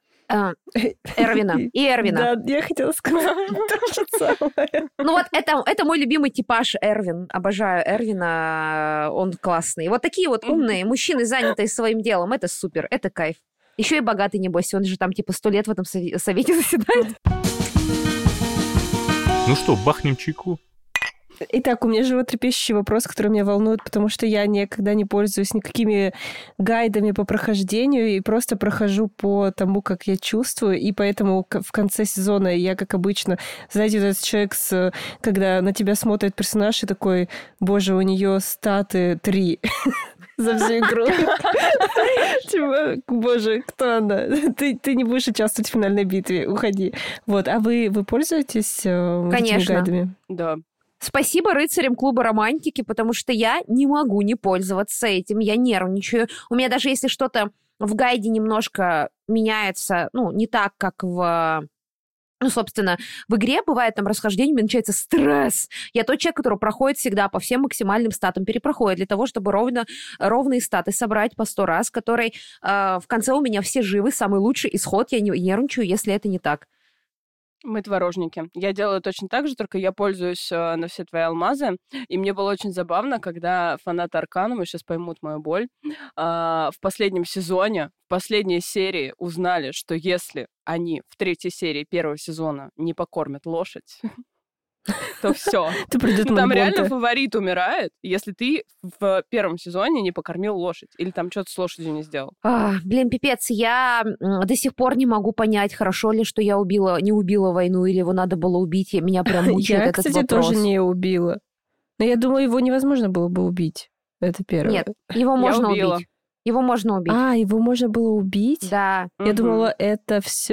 Эрвина. Да, я хотела сказать то же самое. Ну вот это мой любимый типаж Эрвин. Обожаю Эрвина, он классный. Вот такие вот умные мужчины, занятые своим делом, это супер, это кайф. Еще и богатый, небось, он же там типа 100 лет в этом совете заседает. Ну что, бахнем чайку? Итак, у меня животрепещущий вопрос, который меня волнует, потому что я никогда не пользуюсь никакими гайдами по прохождению и просто прохожу по тому, как я чувствую, и поэтому в конце сезона я, как обычно, знаете, вот этот человек, когда на тебя смотрит персонаж и такой, боже, у нее статы 3 за всю игру. Типа, боже, кто она? Ты не будешь участвовать в финальной битве, уходи. Вот, а вы пользуетесь этими гайдами? Да. Спасибо рыцарям клуба романтики, потому что я не могу не пользоваться этим, я нервничаю. У меня даже если что-то в гайде немножко меняется, не так, как собственно, в игре бывает там расхождение, у меня начинается стресс. Я тот человек, который проходит всегда по всем максимальным статам, перепроходит для того, чтобы ровные статы собрать по 100 раз, который в конце у меня все живы, самый лучший исход, я не нервничаю, если это не так. Мы творожники. Я делаю точно так же, только я пользуюсь на все твои алмазы. И мне было очень забавно, когда фанаты Арканума, сейчас поймут мою боль, в последнем сезоне, в последней серии узнали, что если они в 3-й серии 1-го сезона не покормят лошадь, то все. Там реально фаворит умирает, если ты в 1-м сезоне не покормил лошадь или там что-то с лошадью не сделал. Блин, пипец, я до сих пор не могу понять, хорошо ли, что я не убила войну, или его надо было убить, меня прям мучает этот вопрос. Я, кстати, тоже не убила. Но я думаю, его невозможно было бы убить. Это первое. Нет, его можно убить. Его можно убить. Его можно было убить? Да. Я думала, это все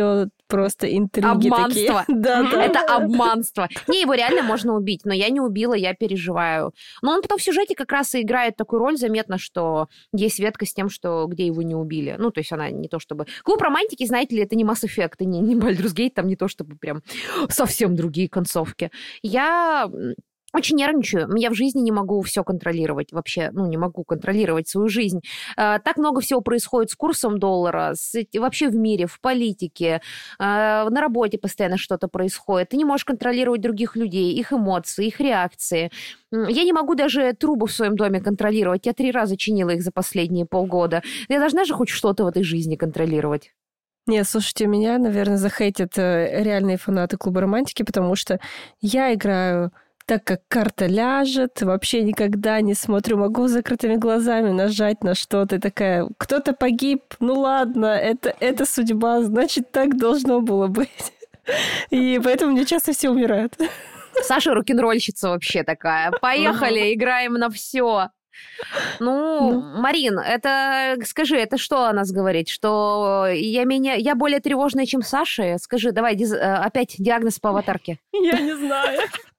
просто интриги Обманство. такие. Да. Это обманство. Не, его реально можно убить, но я не убила, я переживаю. Но он потом в сюжете как раз и играет такую роль, заметно, что есть ветка с тем, что где его не убили. Ну, то есть она не то чтобы... Клуб романтики, знаете ли, это не Mass Effect, и не Baldur's Gate, там не то чтобы прям совсем другие концовки. Я... очень нервничаю. Я в жизни не могу все контролировать вообще. Не могу контролировать свою жизнь. Так много всего происходит с курсом доллара, вообще в мире, в политике. На работе постоянно что-то происходит. Ты не можешь контролировать других людей, их эмоции, их реакции. Я не могу даже трубы в своем доме контролировать. Я 3 раза чинила их за последние полгода. Я должна же хоть что-то в этой жизни контролировать. Нет, слушайте, меня, наверное, захейтят реальные фанаты Клуба романтики, потому что я играю так, как карта ляжет, вообще никогда не смотрю, могу с закрытыми глазами нажать на что-то, и такая, кто-то погиб, ну ладно, это судьба, значит, так должно было быть. И поэтому мне часто все умирают. Саша рок-н-ролльщица вообще такая. Поехали, играем на все. Марин, скажи, это что о нас говорит? Что я более тревожная, чем Саша? Скажи, давай, опять диагноз по аватарке. Я не знаю.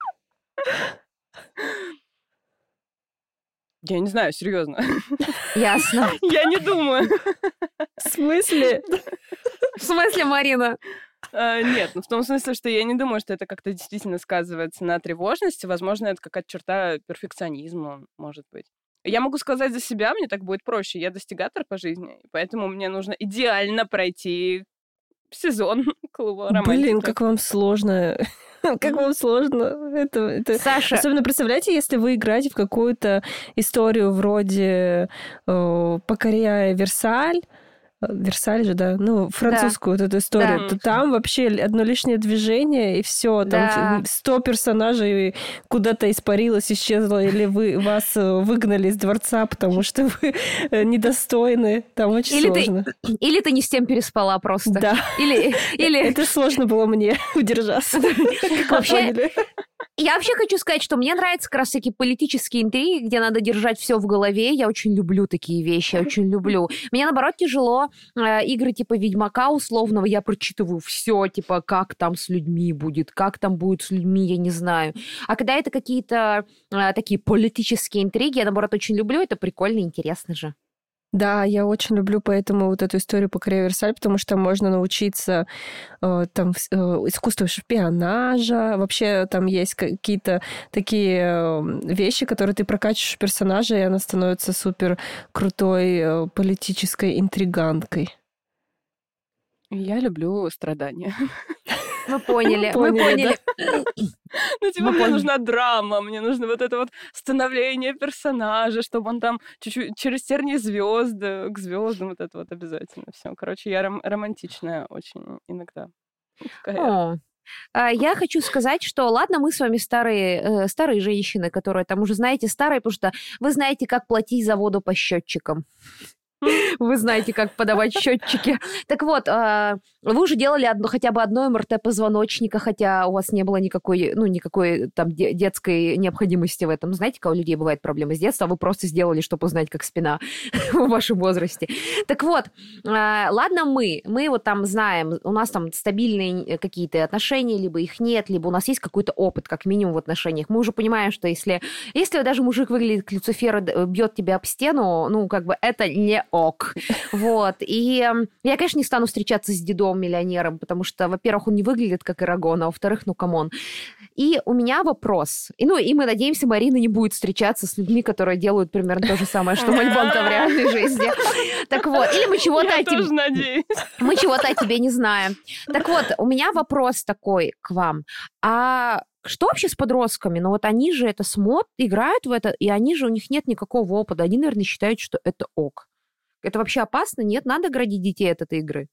Я не знаю, серьезно. Ясно. Я не думаю. В смысле? В смысле, Марина? Нет, в том смысле, что я не думаю, что это как-то действительно сказывается на тревожности. Возможно, это какая-то черта перфекционизма, может быть. Я могу сказать за себя, мне так будет проще. Я достигатор по жизни, поэтому мне нужно идеально пройти сезон Клуба романтики. Блин, как вам сложно. Как вам сложно. Это... Саша. Особенно представляете, если вы играете в какую-то историю вроде «Покоряя Версаль», Версаль же, да, французскую вот эту историю, то там вообще одно лишнее движение, и все, там 100 персонажей куда-то испарилось, исчезло, или вас выгнали из дворца, потому что вы недостойны, там очень сложно. Или ты не с тем переспала просто. Да. Или... Это сложно было мне удержаться. Вообще... Я вообще хочу сказать, что мне нравятся как раз-таки политические интриги, где надо держать все в голове. Я очень люблю такие вещи, очень люблю. Мне, наоборот, тяжело игры типа Ведьмака условного. Я прочитываю все, типа, как там с людьми будет, как там будет с людьми, я не знаю. А когда это какие-то такие политические интриги, я, наоборот, очень люблю. Это прикольно и интересно же. Да, я очень люблю поэтому вот эту историю «Покоряя Версаль», потому что можно научиться искусству шпионажа. Вообще там есть какие-то такие вещи, которые ты прокачиваешь персонажа, и она становится супер крутой политической интриганткой. Я люблю страдания. Мы поняли. Да? Мне нужна драма, мне нужно вот это вот становление персонажа, чтобы он там чуть-чуть через тернии звезды к звездам, вот это вот обязательно все. Короче, я романтичная очень иногда. Я хочу сказать, что ладно, мы с вами старые женщины, которые там уже, знаете, старые, потому что вы знаете, как платить за воду по счетчикам. Вы знаете, как подавать счетчики. Так вот, вы уже делали хотя бы одно МРТ позвоночника, хотя у вас не было никакой там детской необходимости в этом. Знаете, как у людей бывают проблемы с детства, а вы просто сделали, чтобы узнать, как спина в вашем возрасте. Так вот, ладно, мы вот там знаем, у нас там стабильные какие-то отношения, либо их нет, либо у нас есть какой-то опыт, как минимум, в отношениях. Мы уже понимаем, что если даже мужик выглядит как Люцифер, бьет тебя об стену, это не ок. Вот. И я, конечно, не стану встречаться с дедом-миллионером, потому что, во-первых, он не выглядит как Эрагон, а во-вторых, камон. И у меня вопрос. И мы надеемся, Марина не будет встречаться с людьми, которые делают примерно то же самое, что Мальбонта в реальной жизни. Так вот. Или мы чего-то Я тоже надеюсь. Мы чего-то о тебе не знаем. Так вот, у меня вопрос такой к вам. А что вообще с подростками? Они же это смотрят, играют в это, и у них нет никакого опыта. Они, наверное, считают, что это ок. Это вообще опасно? Нет, надо оградить детей от этой игры.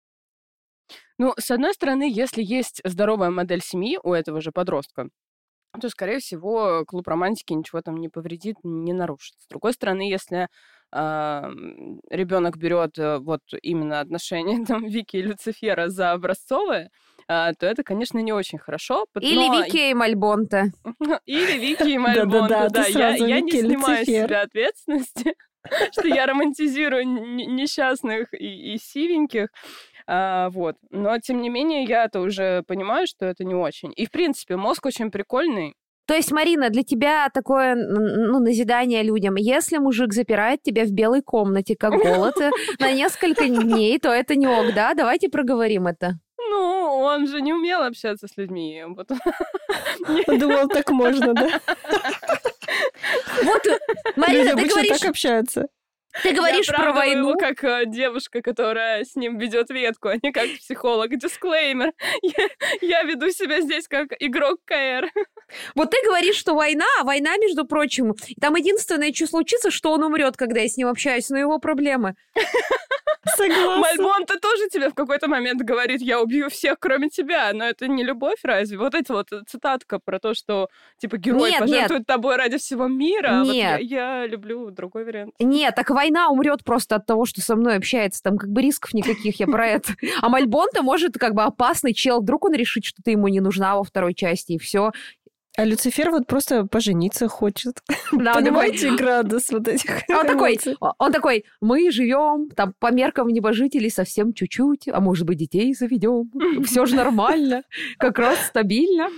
С одной стороны, если есть здоровая модель семьи у этого же подростка, то, скорее всего, клуб романтики ничего там не повредит, не нарушит. С другой стороны, если ребенок берет вот именно отношения Вики и Люцифера за образцовые, то это, конечно, не очень хорошо. Или Вики и Мальбонта. Или Вики и Мальбонта, да. Я не снимаю с себя ответственности, что я романтизирую несчастных и сивеньких. Вот. Но, тем не менее, я-то уже понимаю, что это не очень. И, в принципе, мозг очень прикольный. То есть, Марина, для тебя такое, назидание людям. Если мужик запирает тебя в белой комнате, как голод, на несколько дней, то это не ок, да? Давайте проговорим это. Ну, он же не умел общаться с людьми. Думал, так можно, да? Вот, Марина, ты говоришь... так общаются. Ты говоришь про войну. Его как девушка, которая с ним ведет ветку, а не как психолог. Дисклеймер. Я веду себя здесь как игрок КР. Вот ты говоришь, что война, а война, между прочим, там единственное, что случится, что он умрет, когда я с ним общаюсь, но его проблемы. Согласна. Мальбон-то тоже тебе в какой-то момент говорит, я убью всех, кроме тебя. Но это не любовь разве? Вот эти вот цитатка про то, что типа герой пожертвует тобой ради всего мира. Нет. Вот я люблю другой вариант. Нет, так война умрет просто от того, что со мной общается. Там как бы рисков никаких, я про это. А Мальбон-то может как бы опасный чел. Вдруг он решит, что ты ему не нужна во второй части, и все. А Люцифер вот просто пожениться хочет. Да, понимаете, градус вот этих он такой, мы живем там по меркам небожителей совсем чуть-чуть, а может быть, детей заведем. Все же нормально, как раз стабильно.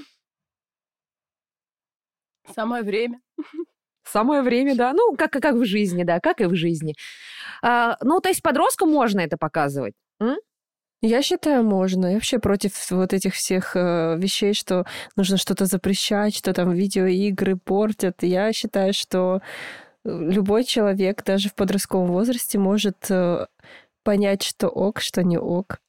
Самое время. Самое время, да. Ну, как в жизни, да, как и в жизни. Ну, то есть подросткам можно это показывать. Я считаю, можно. Я вообще против вот этих всех вещей, что нужно что-то запрещать, что там видеоигры портят. Я считаю, что любой человек, даже в подростковом возрасте, может понять, что ок, что не ок.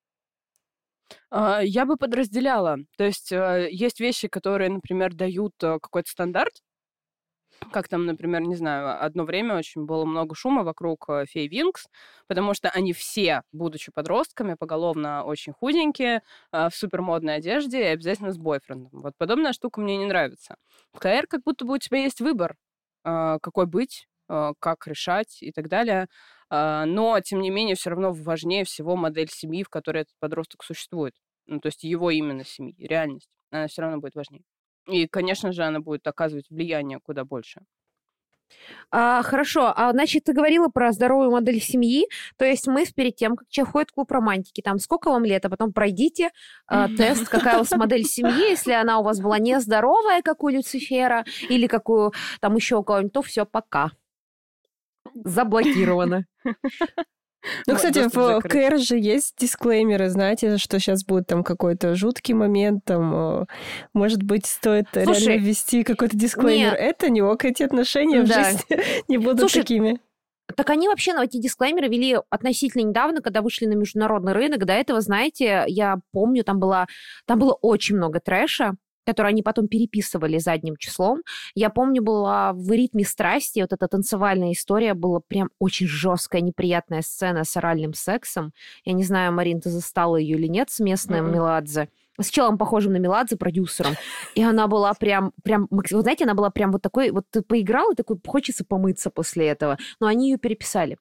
Я бы подразделяла. То есть есть вещи, которые, например, дают какой-то стандарт. Как там, например, не знаю, одно время очень было много шума вокруг фей Винкс, потому что они все, будучи подростками, поголовно очень худенькие, в супермодной одежде и обязательно с бойфрендом. Вот подобная штука мне не нравится. В КР как будто бы у тебя есть выбор, какой быть, как решать и так далее. Но, тем не менее, все равно важнее всего модель семьи, в которой этот подросток существует. Ну, то есть его именно семьи, реальность. Она все равно будет важнее. И, конечно же, она будет оказывать влияние куда больше. Хорошо, значит, ты говорила про здоровую модель семьи, то есть мы перед тем, как человек ходит в клуб романтики, там, сколько вам лет, а потом пройдите тест, какая у вас модель семьи, если она у вас была нездоровая, как у Люцифера, или какую там еще у кого-нибудь, то все, пока. Заблокировано. Ну, кстати, в КР же есть дисклеймеры, знаете, что сейчас будет там какой-то жуткий момент, там, может быть, стоит реально ввести какой-то дисклеймер. Нет. Это не ок, эти отношения в жизни не будут такими. Так они вообще эти дисклеймеры вели относительно недавно, когда вышли на международный рынок. До этого, знаете, я помню, там было очень много трэша, который они потом переписывали задним числом. Я помню, была в «Ритме страсти», вот эта танцевальная история, была прям очень жесткая, неприятная сцена с оральным сексом. Я не знаю, Марин, ты застала ее или нет, с местным Меладзе. С челом, похожим на Меладзе, продюсером. И она была прям, вот знаете, она была прям вот такой, вот ты поиграл, и такой, хочется помыться после этого. Но они ее переписали.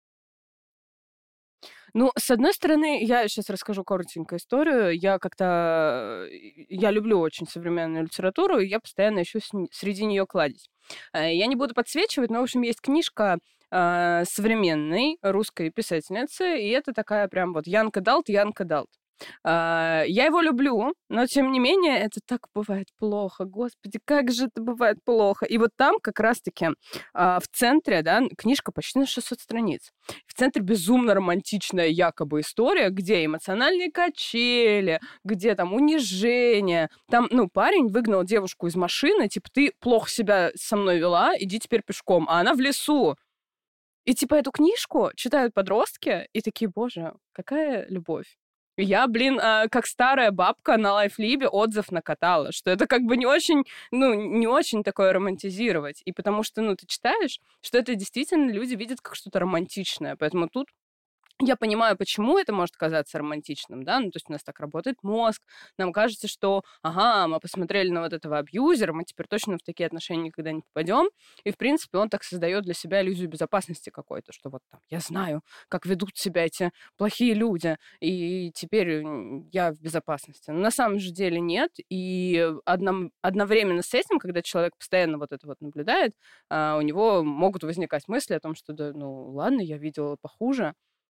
Ну, с одной стороны, я сейчас расскажу коротенькую историю. Я люблю очень современную литературу, и я постоянно ищу среди нее кладезь. Я не буду подсвечивать, но, в общем, есть книжка современной русской писательницы, и это такая прям вот Янка Далт. Я его люблю, но, тем не менее, это так бывает плохо. Господи, как же это бывает плохо. И вот там как раз-таки в центре, да, книжка почти на 600 страниц. В центре безумно романтичная якобы история, где эмоциональные качели, где там унижение. Там, парень выгнал девушку из машины, типа, ты плохо себя со мной вела, иди теперь пешком. А она в лесу. И, типа, эту книжку читают подростки и такие, боже, какая любовь. Я, как старая бабка на Лайфлибе отзыв накатала, что это как бы не очень такое романтизировать. И потому что, ты читаешь, что это действительно люди видят как что-то романтичное. Поэтому тут я понимаю, почему это может казаться романтичным, да, то есть у нас так работает мозг, нам кажется, что, мы посмотрели на вот этого абьюзера, мы теперь точно в такие отношения никогда не попадем, и, в принципе, он так создает для себя иллюзию безопасности какой-то, что вот там, я знаю, как ведут себя эти плохие люди, и теперь я в безопасности. Но на самом же деле нет, и одновременно с этим, когда человек постоянно вот это вот наблюдает, у него могут возникать мысли о том, что, да, ладно, я видела похуже.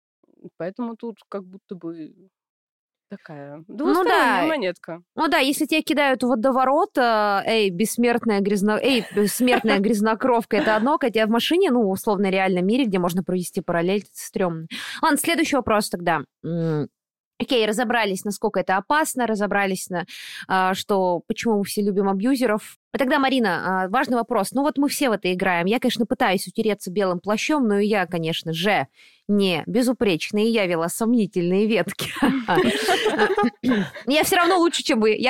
Поэтому тут как будто бы такая двусторонняя монетка. Ну да, если тебя кидают в водоворот, бессмертная грязнокровка, это одно, когда тебя в машине, условно, реальном мире, где можно провести параллель, это стрёмно. Ладно, следующий вопрос тогда. Окей, разобрались, насколько это опасно, разобрались, почему мы все любим абьюзеров. А тогда, Марина, важный вопрос. Мы все в это играем. Я, конечно, пытаюсь утереться белым плащом, но и я, конечно же, не безупречная, и я вела сомнительные ветки. Я все равно лучше, чем вы.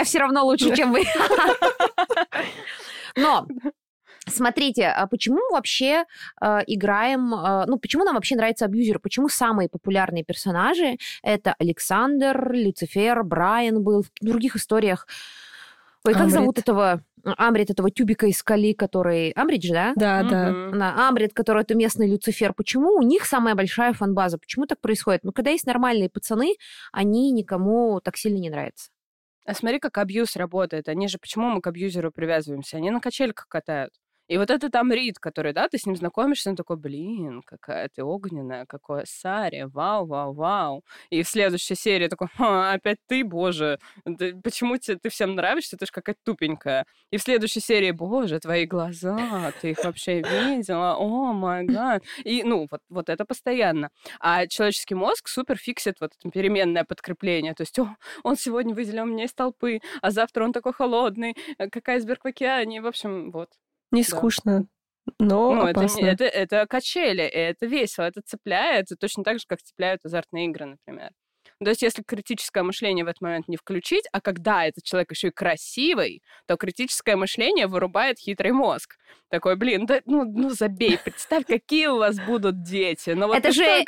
Но... Смотрите, а почему мы вообще играем... почему нам вообще нравятся абьюзеры? Почему самые популярные персонажи — это Александр, Люцифер, Брайан был в других историях? Ой, как зовут этого... Амрит, этого тюбика из скалы, который... Амрит же, да? Да, да. Амрит, который это местный Люцифер. Почему у них самая большая фан-база? Почему так происходит? Когда есть нормальные пацаны, они никому так сильно не нравятся. А смотри, как абьюз работает. Почему мы к абьюзеру привязываемся? Они на качельках катают. И вот этот Амрит, который, да, ты с ним знакомишься, он такой, какая ты огненная, какое саре, вау. И в следующей серии такой, опять ты, боже, почему ты всем нравишься, ты же какая-то тупенькая. И в следующей серии, боже, твои глаза, ты их вообще видела, о май гад. И, вот это постоянно. А человеческий мозг супер фиксит вот это переменное подкрепление. То есть, он сегодня выделил меня из толпы, а завтра он такой холодный, как айсберг в океане. В общем, вот. Не скучно, но опасно. Это качели, это весело, это цепляет, точно так же, как цепляют азартные игры, например. То есть, если критическое мышление в этот момент не включить, а когда этот человек еще и красивый, то критическое мышление вырубает хитрый мозг. Такой, забей, представь, какие у вас будут дети. Это же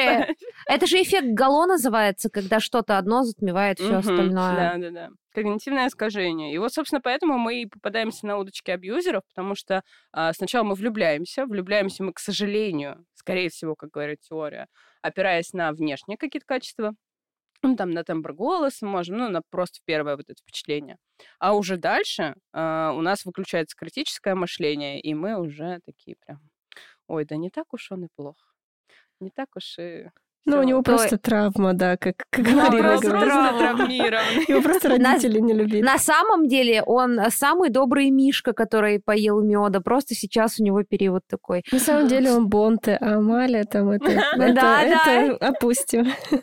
эффект Гало называется, когда что-то одно затмевает все остальное. Да. Когнитивное искажение. И вот, собственно, поэтому мы и попадаемся на удочки абьюзеров, потому что сначала мы влюбляемся мы, к сожалению, скорее всего, как говорит теория, опираясь на внешние какие-то качества, на тембр голоса можем, на просто первое вот это впечатление. А уже дальше у нас выключается критическое мышление, и мы уже такие прям, ой, да не так уж он и плох. Не так уж и... у него просто травма, да, как Марина говорит. Травмированный. Его просто родители не любили. На самом деле он самый добрый мишка, который поел меда. Просто сейчас у него период такой. На самом деле он Бонте, а Амалия там это опустим.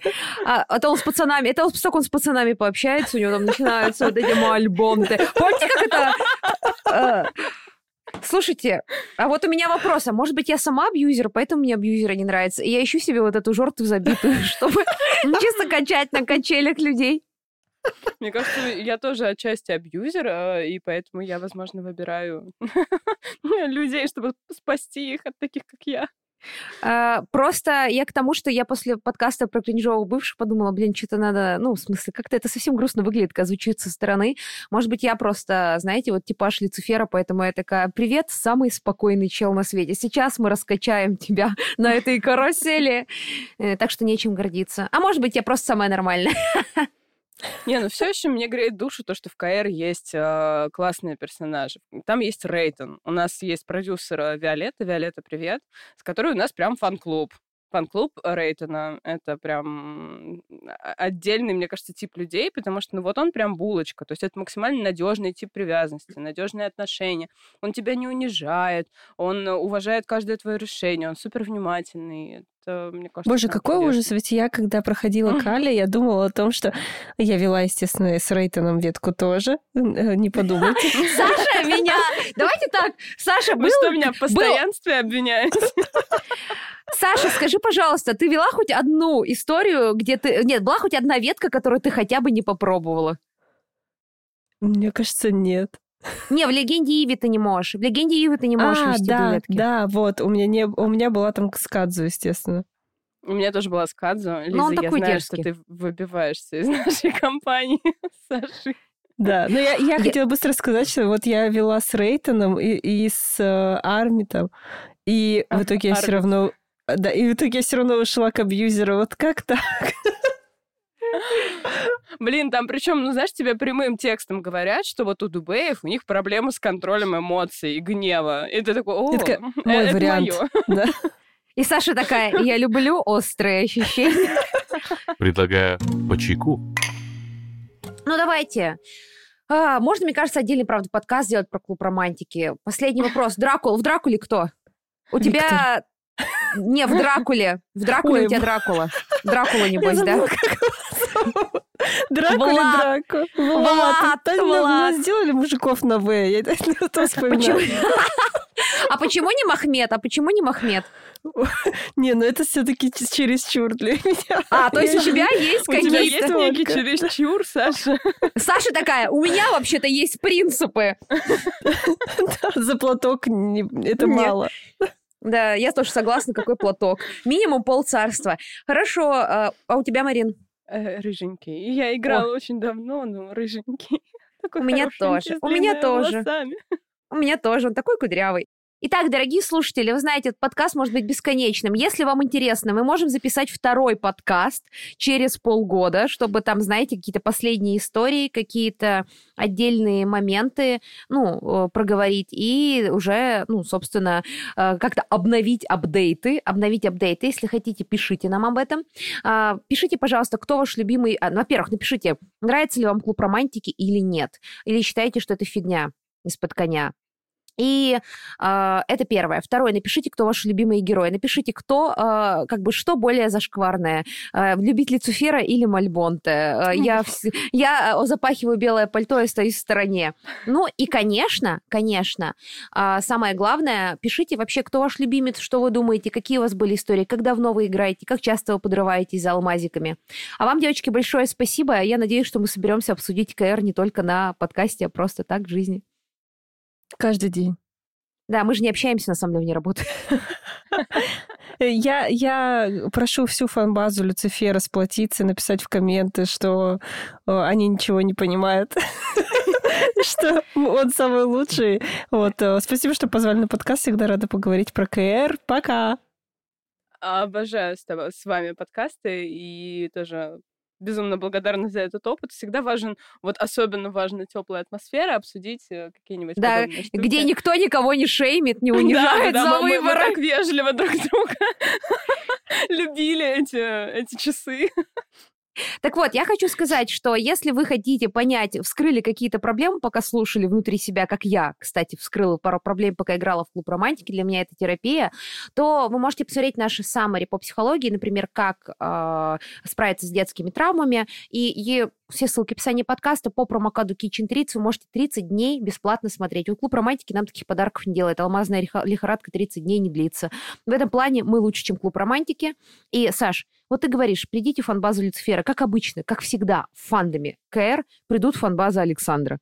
Это он с пацанами, он с пацанами пообщается, у него там начинаются вот эти Бонте. Помните, как это... Слушайте, а вот у меня вопрос. А может быть, я сама абьюзер, поэтому мне абьюзеры не нравятся? И я ищу себе вот эту жертву забитую, чтобы чисто качать на качелях людей. Мне кажется, я тоже отчасти абьюзер, и поэтому я, возможно, выбираю людей, чтобы спасти их от таких, как я. Просто я к тому, что я после подкаста про кринжовых бывших подумала, что-то надо, в смысле, как-то это совсем грустно выглядит, как звучит со стороны. Может быть, я просто, знаете, вот типаж Люцифера, поэтому я такая, привет, самый спокойный чел на свете. Сейчас мы раскачаем тебя на этой карусели. Так что нечем гордиться. А может быть, я просто самая нормальная. Не, все еще мне греет душу то, что в КР есть классные персонажи. Там есть Рейтон. У нас есть продюсер Виолетта. Виолетта, привет. С которой у нас прям фан-клуб. Фан-клуб Рейтона — это прям отдельный, мне кажется, тип людей, потому что, он прям булочка. То есть это максимально надежный тип привязанности, надежные отношения. Он тебя не унижает, он уважает каждое твое решение, он супер внимательный. Это, мне кажется, боже, какой ужас. Ведь я, когда проходила Кали, я думала о том, что я вела, естественно, с Рейтоном ветку тоже. Не подумайте. Саша, меня... Давайте так. Саша, вы что, меня в постоянстве обвиняете? Саша, скажи, пожалуйста, ты вела хоть одну историю, где ты... Нет, была хоть одна ветка, которую ты хотя бы не попробовала? Мне кажется, нет. Не, в «Легенде Иви» ты не можешь. В «Легенде Иви» ты не можешь вести две ветки. Да, вот. У меня была там Скадзу, естественно. У меня тоже была Скадзу. Лиза, я знаю, дерзкий. Что ты выбиваешься из нашей компании, Саши. Да, но я хотела быстро сказать, что вот я вела с Рейтоном и с Армитом, и в итоге я все равно... Да, и в итоге я все равно ушла к абьюзеру. Вот как так? Блин, там причем, знаешь, тебе прямым текстом говорят, что вот у дубеев у них проблемы с контролем эмоций и гнева. И ты такой, это мой вариант. Да. И Саша такая, я люблю острые ощущения. Предлагаю по чайку. Ну, давайте. Можно, мне кажется, отдельный, правда, подкаст сделать про клуб романтики. Последний вопрос. В Дракуле кто? У тебя... Не, в Дракуле. В Дракуле у тебя Дракула. Дракула, небось, да? Дракула. Влад. Мы сделали мужиков на В. Я это вспоминаю. А почему не Махмед? Не, ну это все-таки чересчур для меня. То есть у тебя есть какие-то... У тебя есть некий чересчур, Саша? Саша такая, у меня вообще-то есть принципы. За платок это мало. Да, я тоже согласна, какой платок. Минимум полцарства. Хорошо, а у тебя, Марин? Рыженький. Я играла очень давно, но рыженький. У меня тоже. У меня тоже. Он такой кудрявый. Итак, дорогие слушатели, вы знаете, этот подкаст может быть бесконечным. Если вам интересно, мы можем записать второй подкаст через полгода, чтобы там, знаете, какие-то последние истории, какие-то отдельные моменты, проговорить и уже, собственно, как-то обновить апдейты. Если хотите, пишите нам об этом. Пишите, пожалуйста, кто ваш любимый... Во-первых, напишите, нравится ли вам клуб романтики или нет. Или считаете, что это фигня из-под коня. И это первое. Второе, напишите, кто ваши любимые герои. Напишите, кто, что более зашкварное. Любить Люцифера или Мальбонте. Я запахиваю белое пальто и остаюсь в стороне. Ну и, конечно, самое главное, пишите вообще, кто ваш любимец, что вы думаете, какие у вас были истории, как давно вы играете, как часто вы подрываетесь за алмазиками. А вам, девочки, большое спасибо. Я надеюсь, что мы соберемся обсудить КР не только на подкасте, а просто так в жизни. Каждый день. Да, мы же не общаемся, на самом деле, не работаем. Я прошу всю фан-базу Люцифера сплотиться, написать в комменты, что они ничего не понимают, что он самый лучший. Спасибо, что позвали на подкаст. Всегда рада поговорить про КР. Пока! Обожаю с вами подкасты и тоже... Безумно благодарна за этот опыт. Всегда особенно важна теплая атмосфера, обсудить какие-нибудь подобные штуки. Где никто никого не шеймит, не унижает за выборы. Мы так вежливо друг друга любили эти часы. Так вот, я хочу сказать, что если вы хотите понять, вскрыли какие-то проблемы, пока слушали внутри себя, как я, кстати, вскрыла пару проблем, пока играла в клуб романтики, для меня это терапия, то вы можете посмотреть наши саммари по психологии, например, как справиться с детскими травмами, и все ссылки в описании подкаста по промокоду Kitchen30 вы можете 30 дней бесплатно смотреть. Вот клуб романтики нам таких подарков не делает. Алмазная лихорадка 30 дней не длится. В этом плане мы лучше, чем клуб романтики. И, Саш, вот ты говоришь, придите в фан-базу Люцифера. Как обычно, как всегда, в фандоме КР придут в фан-базу Александра.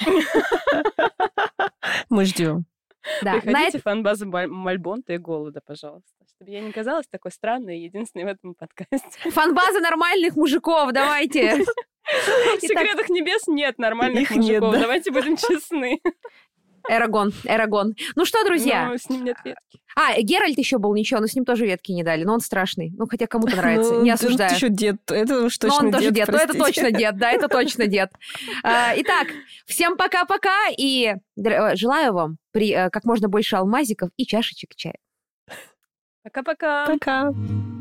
Мы ждем. Да, приходите в фан-базу Мальбонта и Голода, пожалуйста. Чтобы я не казалась такой странной и единственной в этом подкасте. Фан-база нормальных мужиков, давайте. В «Секретах небес» нет нормальных мужиков. Давайте будем честны. Эрагон. Ну что, друзья? Но с ним нет ветки. Геральт еще был, ничего, но с ним тоже ветки не дали. Но он страшный. Ну, хотя кому-то нравится, не осуждаю. Это еще дед. Это уж точно дед. Но он тоже дед. Ну, это точно дед. Да, это точно дед. Итак, всем пока-пока. И желаю вам как можно больше алмазиков и чашечек чая. Пока-пока. Пока.